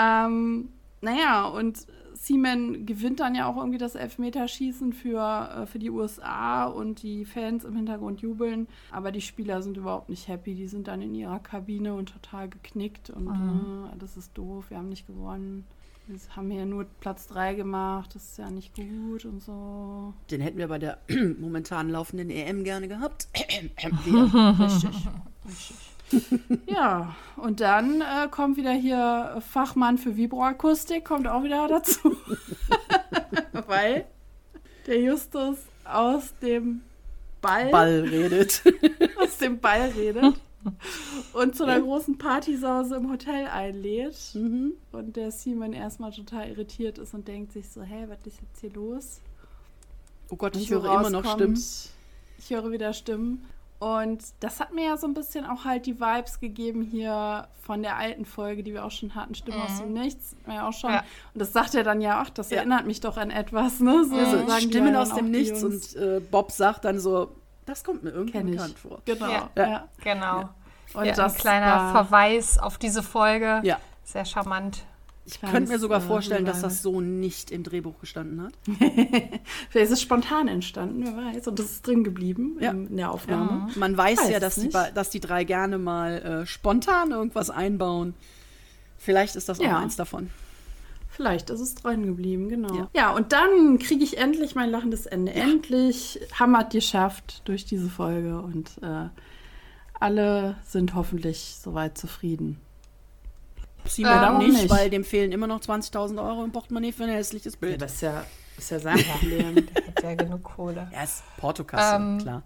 Speaker 2: Und Seaman gewinnt dann ja auch irgendwie das Elfmeterschießen für die USA und die Fans im Hintergrund jubeln. Aber die Spieler sind überhaupt nicht happy. Die sind dann in ihrer Kabine und total geknickt. Und das ist doof, wir haben nicht gewonnen. Wir haben hier nur Platz 3 gemacht, das ist ja nicht gut und so.
Speaker 4: Den hätten wir bei der momentan laufenden EM gerne gehabt.
Speaker 2: Richtig. Ja, und dann kommt wieder hier Fachmann für Vibroakustik, kommt auch wieder dazu. Weil der Justus aus dem Ball
Speaker 4: redet.
Speaker 2: Und zu einer großen Partysause im Hotel einlädt. Und der Seaman erstmal total irritiert ist und denkt sich so, hey, was ist jetzt hier los?
Speaker 4: Oh Gott, ich
Speaker 2: Und
Speaker 4: höre immer noch Stimmen.
Speaker 2: Ich höre wieder Stimmen. Und das hat mir ja so ein bisschen auch halt die Vibes gegeben hier von der alten Folge, die wir auch schon hatten, Stimmen aus dem Nichts. Ja, auch schon. Ja. Und das sagt er dann ja, ach, das erinnert mich doch an etwas, ne? So
Speaker 4: Also
Speaker 2: sagen
Speaker 4: Stimmen
Speaker 2: ja
Speaker 4: aus dem Nichts und Bob sagt dann so, das kommt mir irgendwie bekannt vor.
Speaker 2: Genau.
Speaker 3: Ja. Genau.
Speaker 2: Ja. Und
Speaker 3: ja,
Speaker 2: das
Speaker 3: ein kleiner Verweis auf diese Folge.
Speaker 4: Ja.
Speaker 3: Sehr charmant.
Speaker 4: Ich könnte mir sogar vorstellen, dass das so nicht im Drehbuch gestanden hat.
Speaker 2: Vielleicht ist es spontan entstanden, wer weiß. Und das ist drin geblieben in der Aufnahme.
Speaker 4: Man weiß ja, dass die drei gerne mal spontan irgendwas einbauen. Vielleicht ist das auch eins davon.
Speaker 2: Vielleicht ist es drin geblieben, genau. Ja, und dann kriege ich endlich mein lachendes Ende. Ja. Endlich haben wir es geschafft durch diese Folge. Und alle sind hoffentlich soweit zufrieden.
Speaker 4: Simon nicht, weil dem fehlen immer noch 20.000 Euro im Portemonnaie für ein hässliches Bild.
Speaker 2: Ja, das ist ja sein Problem.
Speaker 3: Der hat ja genug Kohle.
Speaker 4: Ja, ist Portokasse, klar.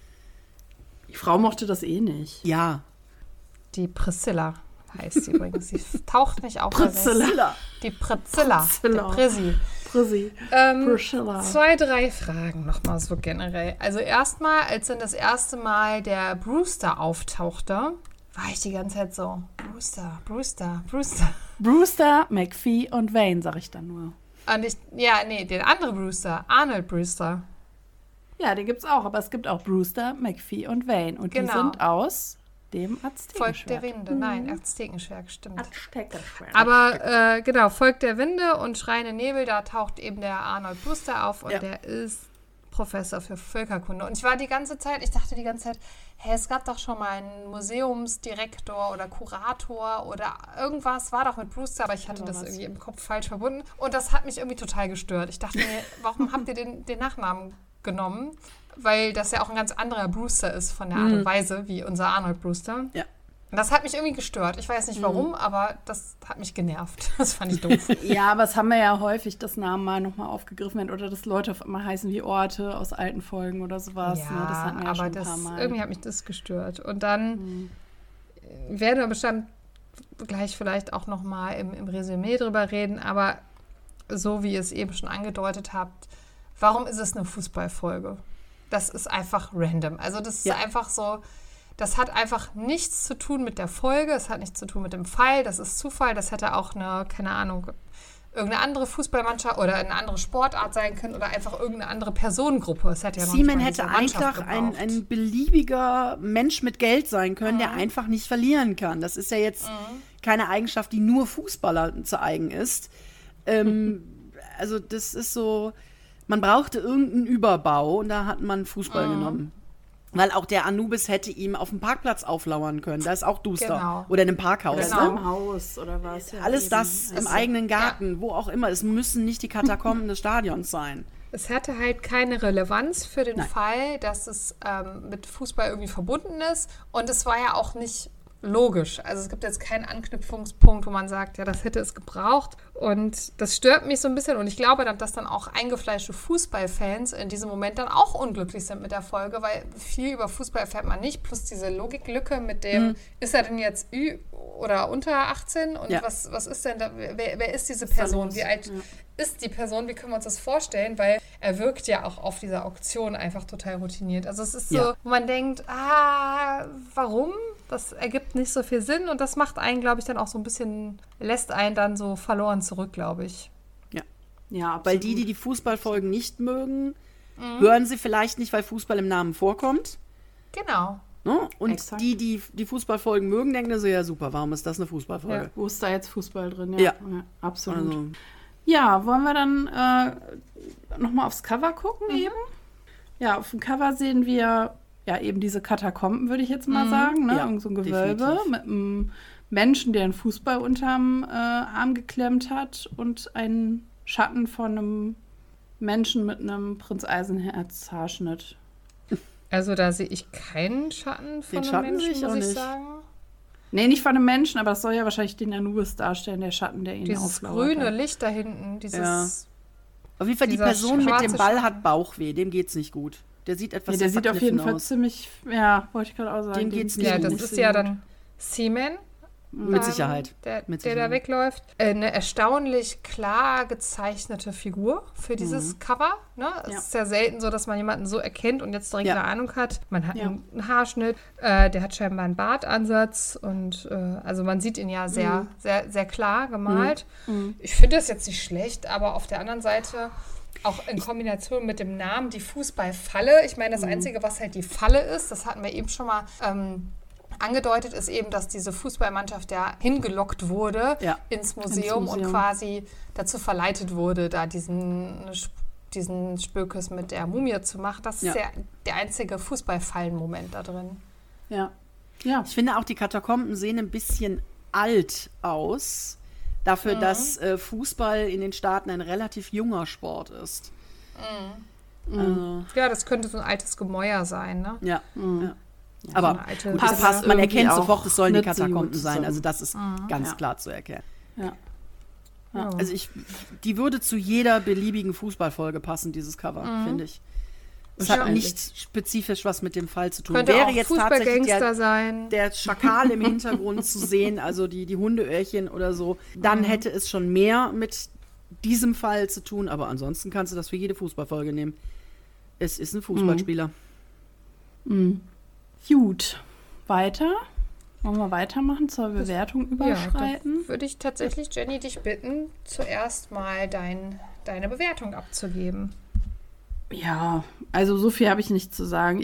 Speaker 2: Die Frau mochte das eh nicht.
Speaker 4: Ja.
Speaker 3: Die Priscilla heißt sie übrigens. Sie taucht nicht auf.
Speaker 2: Priscilla.
Speaker 3: Die Priscilla. Der Prissi.
Speaker 2: Priscilla.
Speaker 3: 2, 3 Fragen nochmal so generell. Also erstmal, als dann das erste Mal der Brewster auftauchte, war ich die ganze Zeit so, Brewster.
Speaker 2: Brewster, McPhee und Wayne, sag ich dann nur.
Speaker 3: Und den anderen Brewster, Arnold Brewster.
Speaker 2: Ja, den gibt's auch, aber es gibt auch Brewster, McPhee und Wayne. Und die sind aus dem Aztekenschwert.
Speaker 3: Volk der Winde, nein, Aztekenschwert, stimmt.
Speaker 2: Aztekenschwert.
Speaker 3: Aber Volk der Winde und Schreiende Nebel, da taucht eben der Arnold Brewster auf und der ist Professor für Völkerkunde. Und ich dachte die ganze Zeit, hey, es gab doch schon mal einen Museumsdirektor oder Kurator oder irgendwas, war doch mit Brewster, aber ich hatte das irgendwie im Kopf falsch verbunden. Und das hat mich irgendwie total gestört. Ich dachte mir, warum habt ihr den Nachnamen genommen? Weil das ja auch ein ganz anderer Brewster ist von der Art und Weise, wie unser Arnold Brewster. Ja. Das hat mich irgendwie gestört. Ich weiß nicht warum, aber das hat mich genervt. Das fand ich doof.
Speaker 2: Ja, aber das haben wir ja häufig, dass Namen mal nochmal aufgegriffen werden oder dass Leute auf einmal heißen wie Orte aus alten Folgen oder sowas.
Speaker 3: Ja,
Speaker 2: ne? Das hatten wir ja schon ein
Speaker 3: aber
Speaker 2: paar Mal.
Speaker 3: Irgendwie hat mich das gestört. Und dann werden wir bestimmt gleich vielleicht auch nochmal im Resümee drüber reden, aber so wie ihr es eben schon angedeutet habt, warum ist es eine Fußballfolge? Das ist einfach random. Also das ist einfach so, das hat einfach nichts zu tun mit der Folge, es hat nichts zu tun mit dem Fall, das ist Zufall, das hätte auch keine Ahnung, irgendeine andere Fußballmannschaft oder eine andere Sportart sein können oder einfach irgendeine andere Personengruppe. Es hätte ja noch
Speaker 4: Seaman
Speaker 3: nicht mal
Speaker 4: hätte
Speaker 3: diese Mannschaft
Speaker 4: einfach
Speaker 3: gebraucht.
Speaker 4: ein beliebiger Mensch mit Geld sein können, der einfach nicht verlieren kann. Das ist ja jetzt keine Eigenschaft, die nur Fußballer zu eigen ist. Also das ist so, man brauchte irgendeinen Überbau und da hat man Fußball genommen. Weil auch der Anubis hätte ihm auf dem Parkplatz auflauern können. Da ist auch duster.
Speaker 3: Genau.
Speaker 4: Oder in einem Parkhaus.
Speaker 2: Oder
Speaker 4: Ne?
Speaker 2: im Haus oder was. Ja,
Speaker 4: Alles
Speaker 2: eben.
Speaker 4: das im eigenen Garten, wo auch immer. Es müssen nicht die Katakomben des Stadions sein.
Speaker 3: Es hatte halt keine Relevanz für den Fall, dass es mit Fußball irgendwie verbunden ist. Und es war ja auch nicht logisch. Also es gibt jetzt keinen Anknüpfungspunkt, wo man sagt, ja, das hätte es gebraucht. Und das stört mich so ein bisschen. Und ich glaube, dass dann auch eingefleischte Fußballfans in diesem Moment dann auch unglücklich sind mit der Folge, weil viel über Fußball erfährt man nicht. Plus diese Logiklücke mit dem, ist er denn jetzt Ü oder unter 18? Und was ist denn da, wer ist diese Person? Wie alt ist die Person? Wie können wir uns das vorstellen? Weil er wirkt ja auch auf dieser Auktion einfach total routiniert. Also es ist so, wo man denkt, warum? Das ergibt nicht so viel Sinn und das macht einen, glaube ich, dann auch so ein bisschen, lässt einen dann so verloren zurück, glaube ich.
Speaker 2: Ja,
Speaker 4: Weil die Fußballfolgen nicht mögen, hören sie vielleicht nicht, weil Fußball im Namen vorkommt.
Speaker 3: Genau.
Speaker 4: Ne? Und
Speaker 2: Exakt.
Speaker 4: die Fußballfolgen mögen, denken so, ja super, warum ist das eine Fußballfolge?
Speaker 2: Ja, wo ist da jetzt Fußball drin?
Speaker 4: Ja.
Speaker 2: Absolut.
Speaker 4: Also,
Speaker 2: Ja, wollen wir dann nochmal aufs Cover gucken eben? Ja, auf dem Cover sehen wir ja eben diese Katakomben, würde ich jetzt mal sagen. Ne?
Speaker 4: Ja,
Speaker 2: Irgend so ein Gewölbe
Speaker 4: definitiv.
Speaker 2: mit einem Menschen, der einen Fußball unterm Arm geklemmt hat und einen Schatten von einem Menschen mit einem Prinz Eisenherz-Haarschnitt.
Speaker 3: Also da sehe ich keinen Schatten von
Speaker 4: Den
Speaker 3: einem
Speaker 4: Schatten sehe
Speaker 3: Menschen,
Speaker 4: ich auch
Speaker 3: muss ich
Speaker 4: nicht.
Speaker 3: sagen.
Speaker 2: Nee, nicht von einem Menschen, aber das soll ja wahrscheinlich den Anubis darstellen, der Schatten, der ihn
Speaker 3: Dieses
Speaker 2: auflauert.
Speaker 3: grüne Licht da hinten, dieses...
Speaker 4: auf jeden Fall, die
Speaker 3: Dieser
Speaker 4: Person mit dem
Speaker 3: schwarze
Speaker 4: Ball
Speaker 3: Schatten.
Speaker 4: hat Bauchweh, dem geht's nicht gut. Der sieht etwas
Speaker 2: Nee, der sieht auf jeden Fall
Speaker 4: aus.
Speaker 2: ziemlich, ja, wollte ich gerade auch sagen.
Speaker 4: Dem geht's nicht
Speaker 3: Ja,
Speaker 4: gut.
Speaker 3: das
Speaker 2: nicht
Speaker 3: ist
Speaker 2: so
Speaker 3: ja
Speaker 2: gut.
Speaker 3: dann Seaman.
Speaker 4: Mit Sicherheit.
Speaker 3: Der
Speaker 4: Mit
Speaker 3: da
Speaker 4: Sicherheit.
Speaker 3: wegläuft. Eine erstaunlich klar gezeichnete Figur für dieses Cover. Ne? Es
Speaker 2: Ja.
Speaker 3: ist ja selten so, dass man jemanden so erkennt und jetzt direkt
Speaker 4: Ja.
Speaker 3: eine Ahnung hat. Man hat
Speaker 2: Ja.
Speaker 3: einen Haarschnitt, der hat scheinbar einen Bartansatz und also man sieht ihn ja sehr, sehr, sehr klar gemalt. Ich finde das jetzt nicht schlecht, aber auf der anderen Seite auch in Kombination mit dem Namen die Fußballfalle. Ich meine, das Einzige, was halt die Falle ist, das hatten wir eben schon mal angedeutet, ist eben, dass diese Fußballmannschaft ja hingelockt wurde ins Museum und quasi dazu verleitet wurde, da diesen Spökes mit der Mumie zu machen. Das ist ja der einzige Fußballfallen-Moment da drin.
Speaker 2: Ja. Ja.
Speaker 4: Ich finde auch, die Katakomben sehen ein bisschen alt aus, dafür, dass Fußball in den Staaten ein relativ junger Sport ist.
Speaker 3: Ja, das könnte so ein altes Gemäuer sein, ne?
Speaker 4: Ja.
Speaker 3: So
Speaker 4: Aber
Speaker 3: eine alte-
Speaker 4: gut, das
Speaker 2: Passt
Speaker 4: passt, man
Speaker 2: irgendwie
Speaker 4: erkennt
Speaker 2: auch
Speaker 4: sofort, es sollen die
Speaker 2: nicht so gut
Speaker 4: Katakomben sein.
Speaker 2: zusammen.
Speaker 4: Also das ist ganz
Speaker 2: Ja.
Speaker 4: klar zu erkennen.
Speaker 2: Ja.
Speaker 4: Also die würde zu jeder beliebigen Fußballfolge passen, dieses Cover, finde ich. Es hat
Speaker 2: Wahrscheinlich.
Speaker 4: nicht spezifisch was mit dem Fall zu tun.
Speaker 3: Könnte
Speaker 4: Wäre
Speaker 3: auch
Speaker 4: jetzt tatsächlich
Speaker 3: Fußballgangster sein.
Speaker 4: der Schakal im Hintergrund zu sehen, also die Hundeöhrchen oder so, dann hätte es schon mehr mit diesem Fall zu tun. Aber ansonsten kannst du das für jede Fußballfolge nehmen. Es ist ein Fußballspieler.
Speaker 2: Gut. Weiter. Wollen wir weitermachen, zur Bewertung überschreiten?
Speaker 3: Ja, würde ich tatsächlich, Jenny, dich bitten, zuerst mal deine Bewertung abzugeben.
Speaker 2: Ja, also so viel habe ich nicht zu sagen.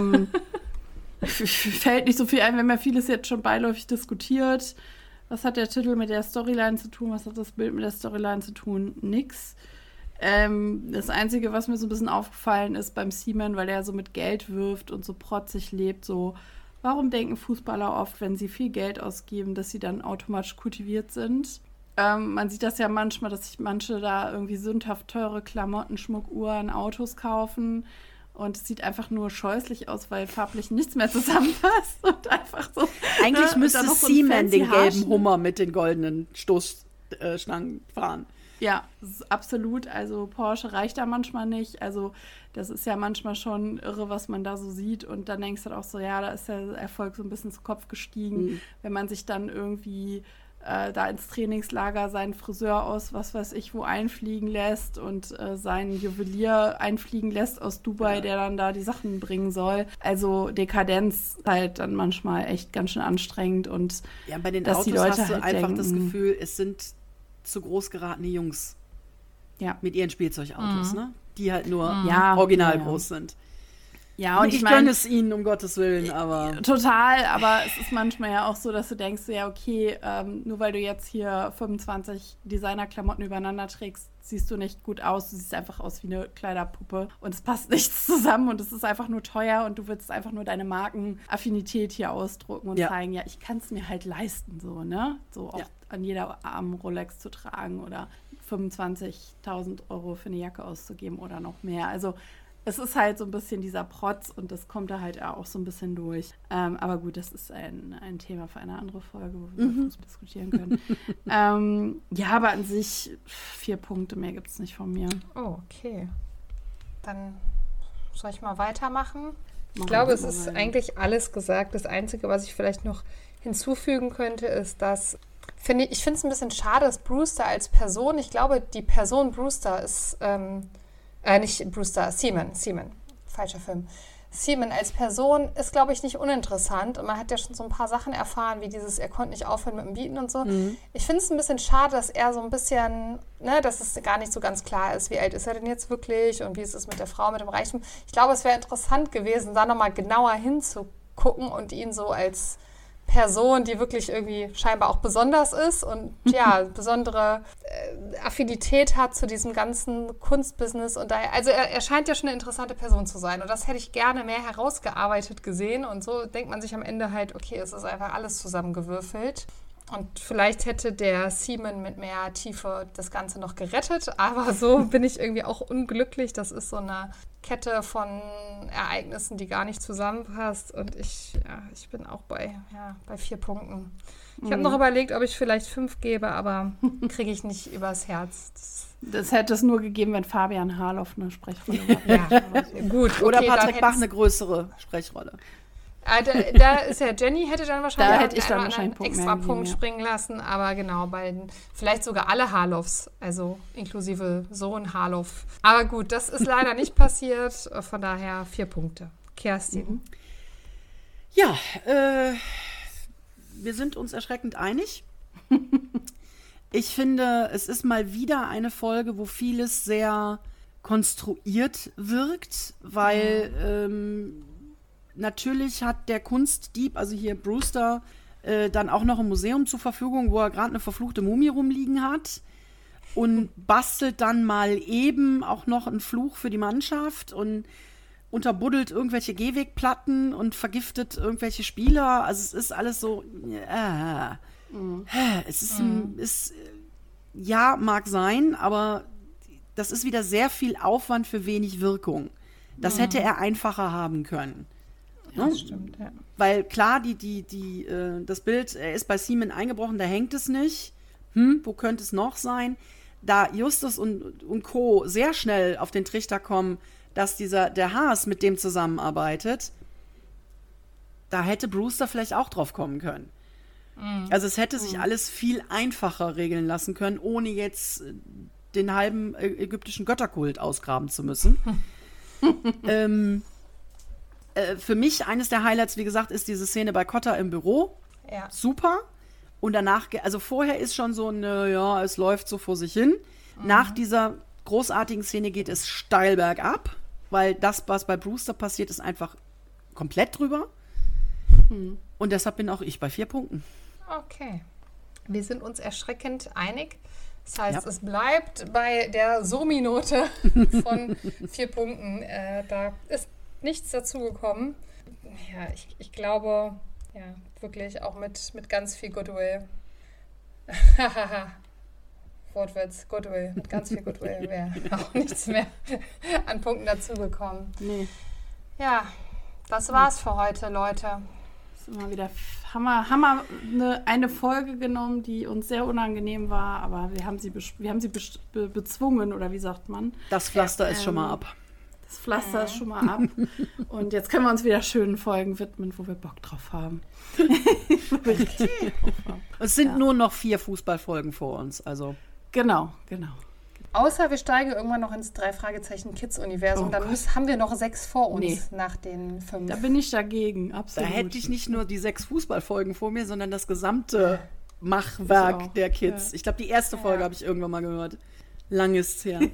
Speaker 2: Fällt nicht so viel ein, wir haben ja vieles jetzt schon beiläufig diskutiert. Was hat der Titel mit der Storyline zu tun? Was hat das Bild mit der Storyline zu tun? Nix. Das Einzige, was mir so ein bisschen aufgefallen ist beim Seaman, weil er so mit Geld wirft und so protzig lebt, so, warum denken Fußballer oft, wenn sie viel Geld ausgeben, dass sie dann automatisch kultiviert sind? Man sieht das ja manchmal, dass sich manche da irgendwie sündhaft teure Klamotten, Schmuck, Uhren, Autos kaufen und es sieht einfach nur scheußlich aus, weil farblich nichts mehr zusammenpasst und einfach so.
Speaker 4: Eigentlich
Speaker 2: und
Speaker 4: müsste
Speaker 2: dann noch so ein
Speaker 4: Seaman
Speaker 2: fancy
Speaker 4: den gelben
Speaker 2: Haarschnitt.
Speaker 4: Hummer mit den goldenen Stoßstangen fahren.
Speaker 2: Ja, das ist absolut. Also Porsche reicht da manchmal nicht. Also das ist ja manchmal schon irre, was man da so sieht. Und dann denkst du halt auch so, ja, da ist der Erfolg so ein bisschen zu Kopf gestiegen. Wenn man sich dann irgendwie da ins Trainingslager seinen Friseur aus was weiß ich wo einfliegen lässt und seinen Juwelier einfliegen lässt aus Dubai, der dann da die Sachen bringen soll. Also Dekadenz halt dann manchmal echt ganz schön anstrengend und
Speaker 4: Ja, bei den
Speaker 2: dass
Speaker 4: Autos
Speaker 2: die Leute
Speaker 4: hast du
Speaker 2: halt
Speaker 4: einfach
Speaker 2: denken,
Speaker 4: das Gefühl, es sind zu groß geratene Jungs
Speaker 2: ja.
Speaker 4: mit ihren Spielzeugautos, ne? Die halt nur
Speaker 2: Ja,
Speaker 4: original
Speaker 2: ja.
Speaker 4: groß sind.
Speaker 2: Ja, und
Speaker 4: ich
Speaker 2: ich meine,
Speaker 4: gönne es ihnen, um Gottes Willen, aber...
Speaker 2: total, aber es ist manchmal ja auch so, dass du denkst, ja, okay, nur weil du jetzt hier 25 Designerklamotten übereinander trägst, siehst du nicht gut aus. Du siehst einfach aus wie eine Kleiderpuppe und es passt nichts zusammen und es ist einfach nur teuer und du willst einfach nur deine Markenaffinität hier ausdrucken und zeigen, ja, ich kann es mir halt leisten, so, ne? So auch an jeder Arm Rolex zu tragen oder 25.000 Euro für eine Jacke auszugeben oder noch mehr. Also es ist halt so ein bisschen dieser Protz und das kommt da halt auch so ein bisschen durch. Aber gut, das ist ein Thema für eine andere Folge, wo wir über Fußball diskutieren können. Ja, aber an sich 4 Punkte, mehr gibt es nicht von mir.
Speaker 3: Oh, okay. Dann soll ich mal weitermachen? Ich
Speaker 2: Machen
Speaker 3: glaube,
Speaker 2: wir
Speaker 3: es
Speaker 2: mal
Speaker 3: ist
Speaker 2: weiter.
Speaker 3: eigentlich alles gesagt. Das Einzige, was ich vielleicht noch hinzufügen könnte, ist, dass ich finde es ein bisschen schade, dass Brewster als Person, ich glaube, die Person Brewster ist nicht Brewster, Seaman, falscher Film. Seaman als Person ist, glaube ich, nicht uninteressant. Und man hat ja schon so ein paar Sachen erfahren, wie dieses, er konnte nicht aufhören mit dem Beaten und so. Ich finde es ein bisschen schade, dass er so ein bisschen, ne, dass es gar nicht so ganz klar ist, wie alt ist er denn jetzt wirklich und wie ist es mit der Frau, mit dem Reichtum. Ich glaube, es wäre interessant gewesen, da nochmal genauer hinzugucken und ihn so als Person, die wirklich irgendwie scheinbar auch besonders ist und ja, besondere Affinität hat zu diesem ganzen Kunstbusiness und daher, also er scheint ja schon eine interessante Person zu sein und das hätte ich gerne mehr herausgearbeitet gesehen und so denkt man sich am Ende halt, okay, es ist einfach alles zusammengewürfelt. Und vielleicht hätte der Seaman mit mehr Tiefe das Ganze noch gerettet, aber so bin ich irgendwie auch unglücklich. Das ist so eine Kette von Ereignissen, die gar nicht zusammenpasst. Und ich bin auch bei 4 Punkten. Ich habe noch überlegt, ob ich vielleicht 5 gebe, aber kriege ich nicht übers Herz.
Speaker 2: Das hätte es nur gegeben, wenn Fabian Harloff eine Sprechrolle hat.
Speaker 3: Ja, gut.
Speaker 4: Oder
Speaker 3: okay,
Speaker 4: Patrick Bach eine größere Sprechrolle.
Speaker 3: Da ist ja Jenny, hätte dann wahrscheinlich
Speaker 2: Da hätte ich dann
Speaker 3: einen
Speaker 2: wahrscheinlich einen Punkt
Speaker 3: extra
Speaker 2: mehr
Speaker 3: Punkt
Speaker 2: gegeben,
Speaker 3: springen lassen, aber genau, vielleicht sogar alle Harloffs, also inklusive Sohn Harloff. Aber gut, das ist leider nicht passiert, von daher 4 Punkte. Kerstin.
Speaker 4: Ja, wir sind uns erschreckend einig. Ich finde, es ist mal wieder eine Folge, wo vieles sehr konstruiert wirkt, weil natürlich hat der Kunstdieb, also hier Brewster, dann auch noch ein Museum zur Verfügung, wo er gerade eine verfluchte Mumie rumliegen hat und bastelt dann mal eben auch noch einen Fluch für die Mannschaft und unterbuddelt irgendwelche Gehwegplatten und vergiftet irgendwelche Spieler. Also es ist alles so, es ist, ja, mag sein, aber das ist wieder sehr viel Aufwand für wenig Wirkung. Das hätte er einfacher haben können.
Speaker 3: Ja, das stimmt, ja.
Speaker 4: Weil klar, das Bild, er ist bei Seaman eingebrochen, da hängt es nicht. Wo könnte es noch sein? Da Justus und Co. sehr schnell auf den Trichter kommen, dass der Haas mit dem zusammenarbeitet, da hätte Brewster vielleicht auch drauf kommen können. Also es hätte sich alles viel einfacher regeln lassen können, ohne jetzt den halben ägyptischen Götterkult ausgraben zu müssen. Für mich eines der Highlights, wie gesagt, ist diese Szene bei Cotter im Büro.
Speaker 3: Ja.
Speaker 4: Super. Und danach, also vorher ist schon so es läuft so vor sich hin. Nach dieser großartigen Szene geht es steil bergab, weil das, was bei Brewster passiert, ist einfach komplett drüber. Und deshalb bin auch ich bei 4 Punkten.
Speaker 3: Okay. Wir sind uns erschreckend einig. Das heißt, es bleibt bei der Somi-Note von 4 Punkten. Da ist nichts dazugekommen. Ja, ich glaube, ja, wirklich auch mit ganz viel Goodwill. Wortwitz, Goodwill. Mit ganz viel Goodwill wäre auch nichts mehr an Punkten dazugekommen.
Speaker 2: Nee.
Speaker 3: Ja, das war's für heute, Leute.
Speaker 2: Das ist immer wieder haben wir eine Folge genommen, die uns sehr unangenehm war, aber wir haben sie bezwungen, oder wie sagt man?
Speaker 4: Das Pflaster ist schon mal ab.
Speaker 2: Das Pflaster ist schon mal ab. Und jetzt können wir uns wieder schönen Folgen widmen, wo wir Bock drauf haben.
Speaker 4: Es sind nur noch 4 Fußballfolgen vor uns. Also
Speaker 2: Genau.
Speaker 3: Außer wir steigen irgendwann noch ins 3-Fragezeichen-Kids-Universum. Dann haben wir noch 6 vor uns nach den 5.
Speaker 2: Da bin ich dagegen,
Speaker 4: da
Speaker 2: absolut.
Speaker 4: hätte ich nicht nur die 6 Fußballfolgen vor mir, sondern das gesamte Machwerk der Kids.
Speaker 2: Ja.
Speaker 4: Ich glaube, die erste Folge habe ich irgendwann mal gehört. Lang ist's her.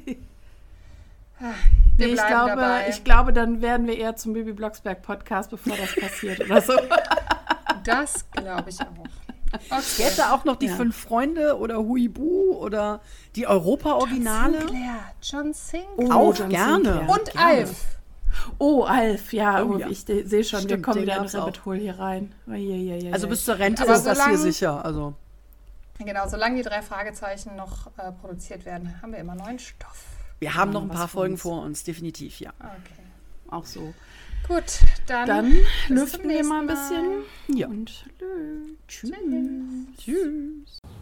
Speaker 3: Wir bleiben dabei.
Speaker 2: Ich glaube, dann werden wir eher zum Bibi Blocksberg-Podcast, bevor das passiert oder so.
Speaker 3: Das glaube ich auch.
Speaker 4: Es gäbe auch noch die 5 Freunde oder Huibu oder die Europa-Originale.
Speaker 3: John Sinclair.
Speaker 4: Auch
Speaker 2: John
Speaker 4: gerne.
Speaker 2: Sinclair.
Speaker 3: Und Alf.
Speaker 2: Oh, Alf, ja.
Speaker 4: Oh, ja.
Speaker 2: Ich sehe schon,
Speaker 4: Stimmt,
Speaker 2: wir kommen
Speaker 4: den
Speaker 2: wieder in
Speaker 4: gab's auch.
Speaker 2: Rabbit Hole hier rein.
Speaker 4: Also bis zur Rente
Speaker 3: Aber
Speaker 4: ist das hier
Speaker 3: solange-
Speaker 4: sicher. Also
Speaker 3: Genau, solange die 3 Fragezeichen noch produziert werden, haben wir immer neuen Stoff.
Speaker 4: wir haben noch ein
Speaker 2: was
Speaker 4: paar
Speaker 2: für
Speaker 4: Folgen
Speaker 2: uns.
Speaker 4: vor uns, definitiv, ja.
Speaker 3: Okay.
Speaker 2: Auch so.
Speaker 3: Gut, dann
Speaker 2: Dann
Speaker 3: bis
Speaker 2: lüften
Speaker 3: zum
Speaker 2: wir mal ein
Speaker 3: nächsten Mal.
Speaker 2: bisschen.
Speaker 4: Ja.
Speaker 2: Und
Speaker 4: Tschüss.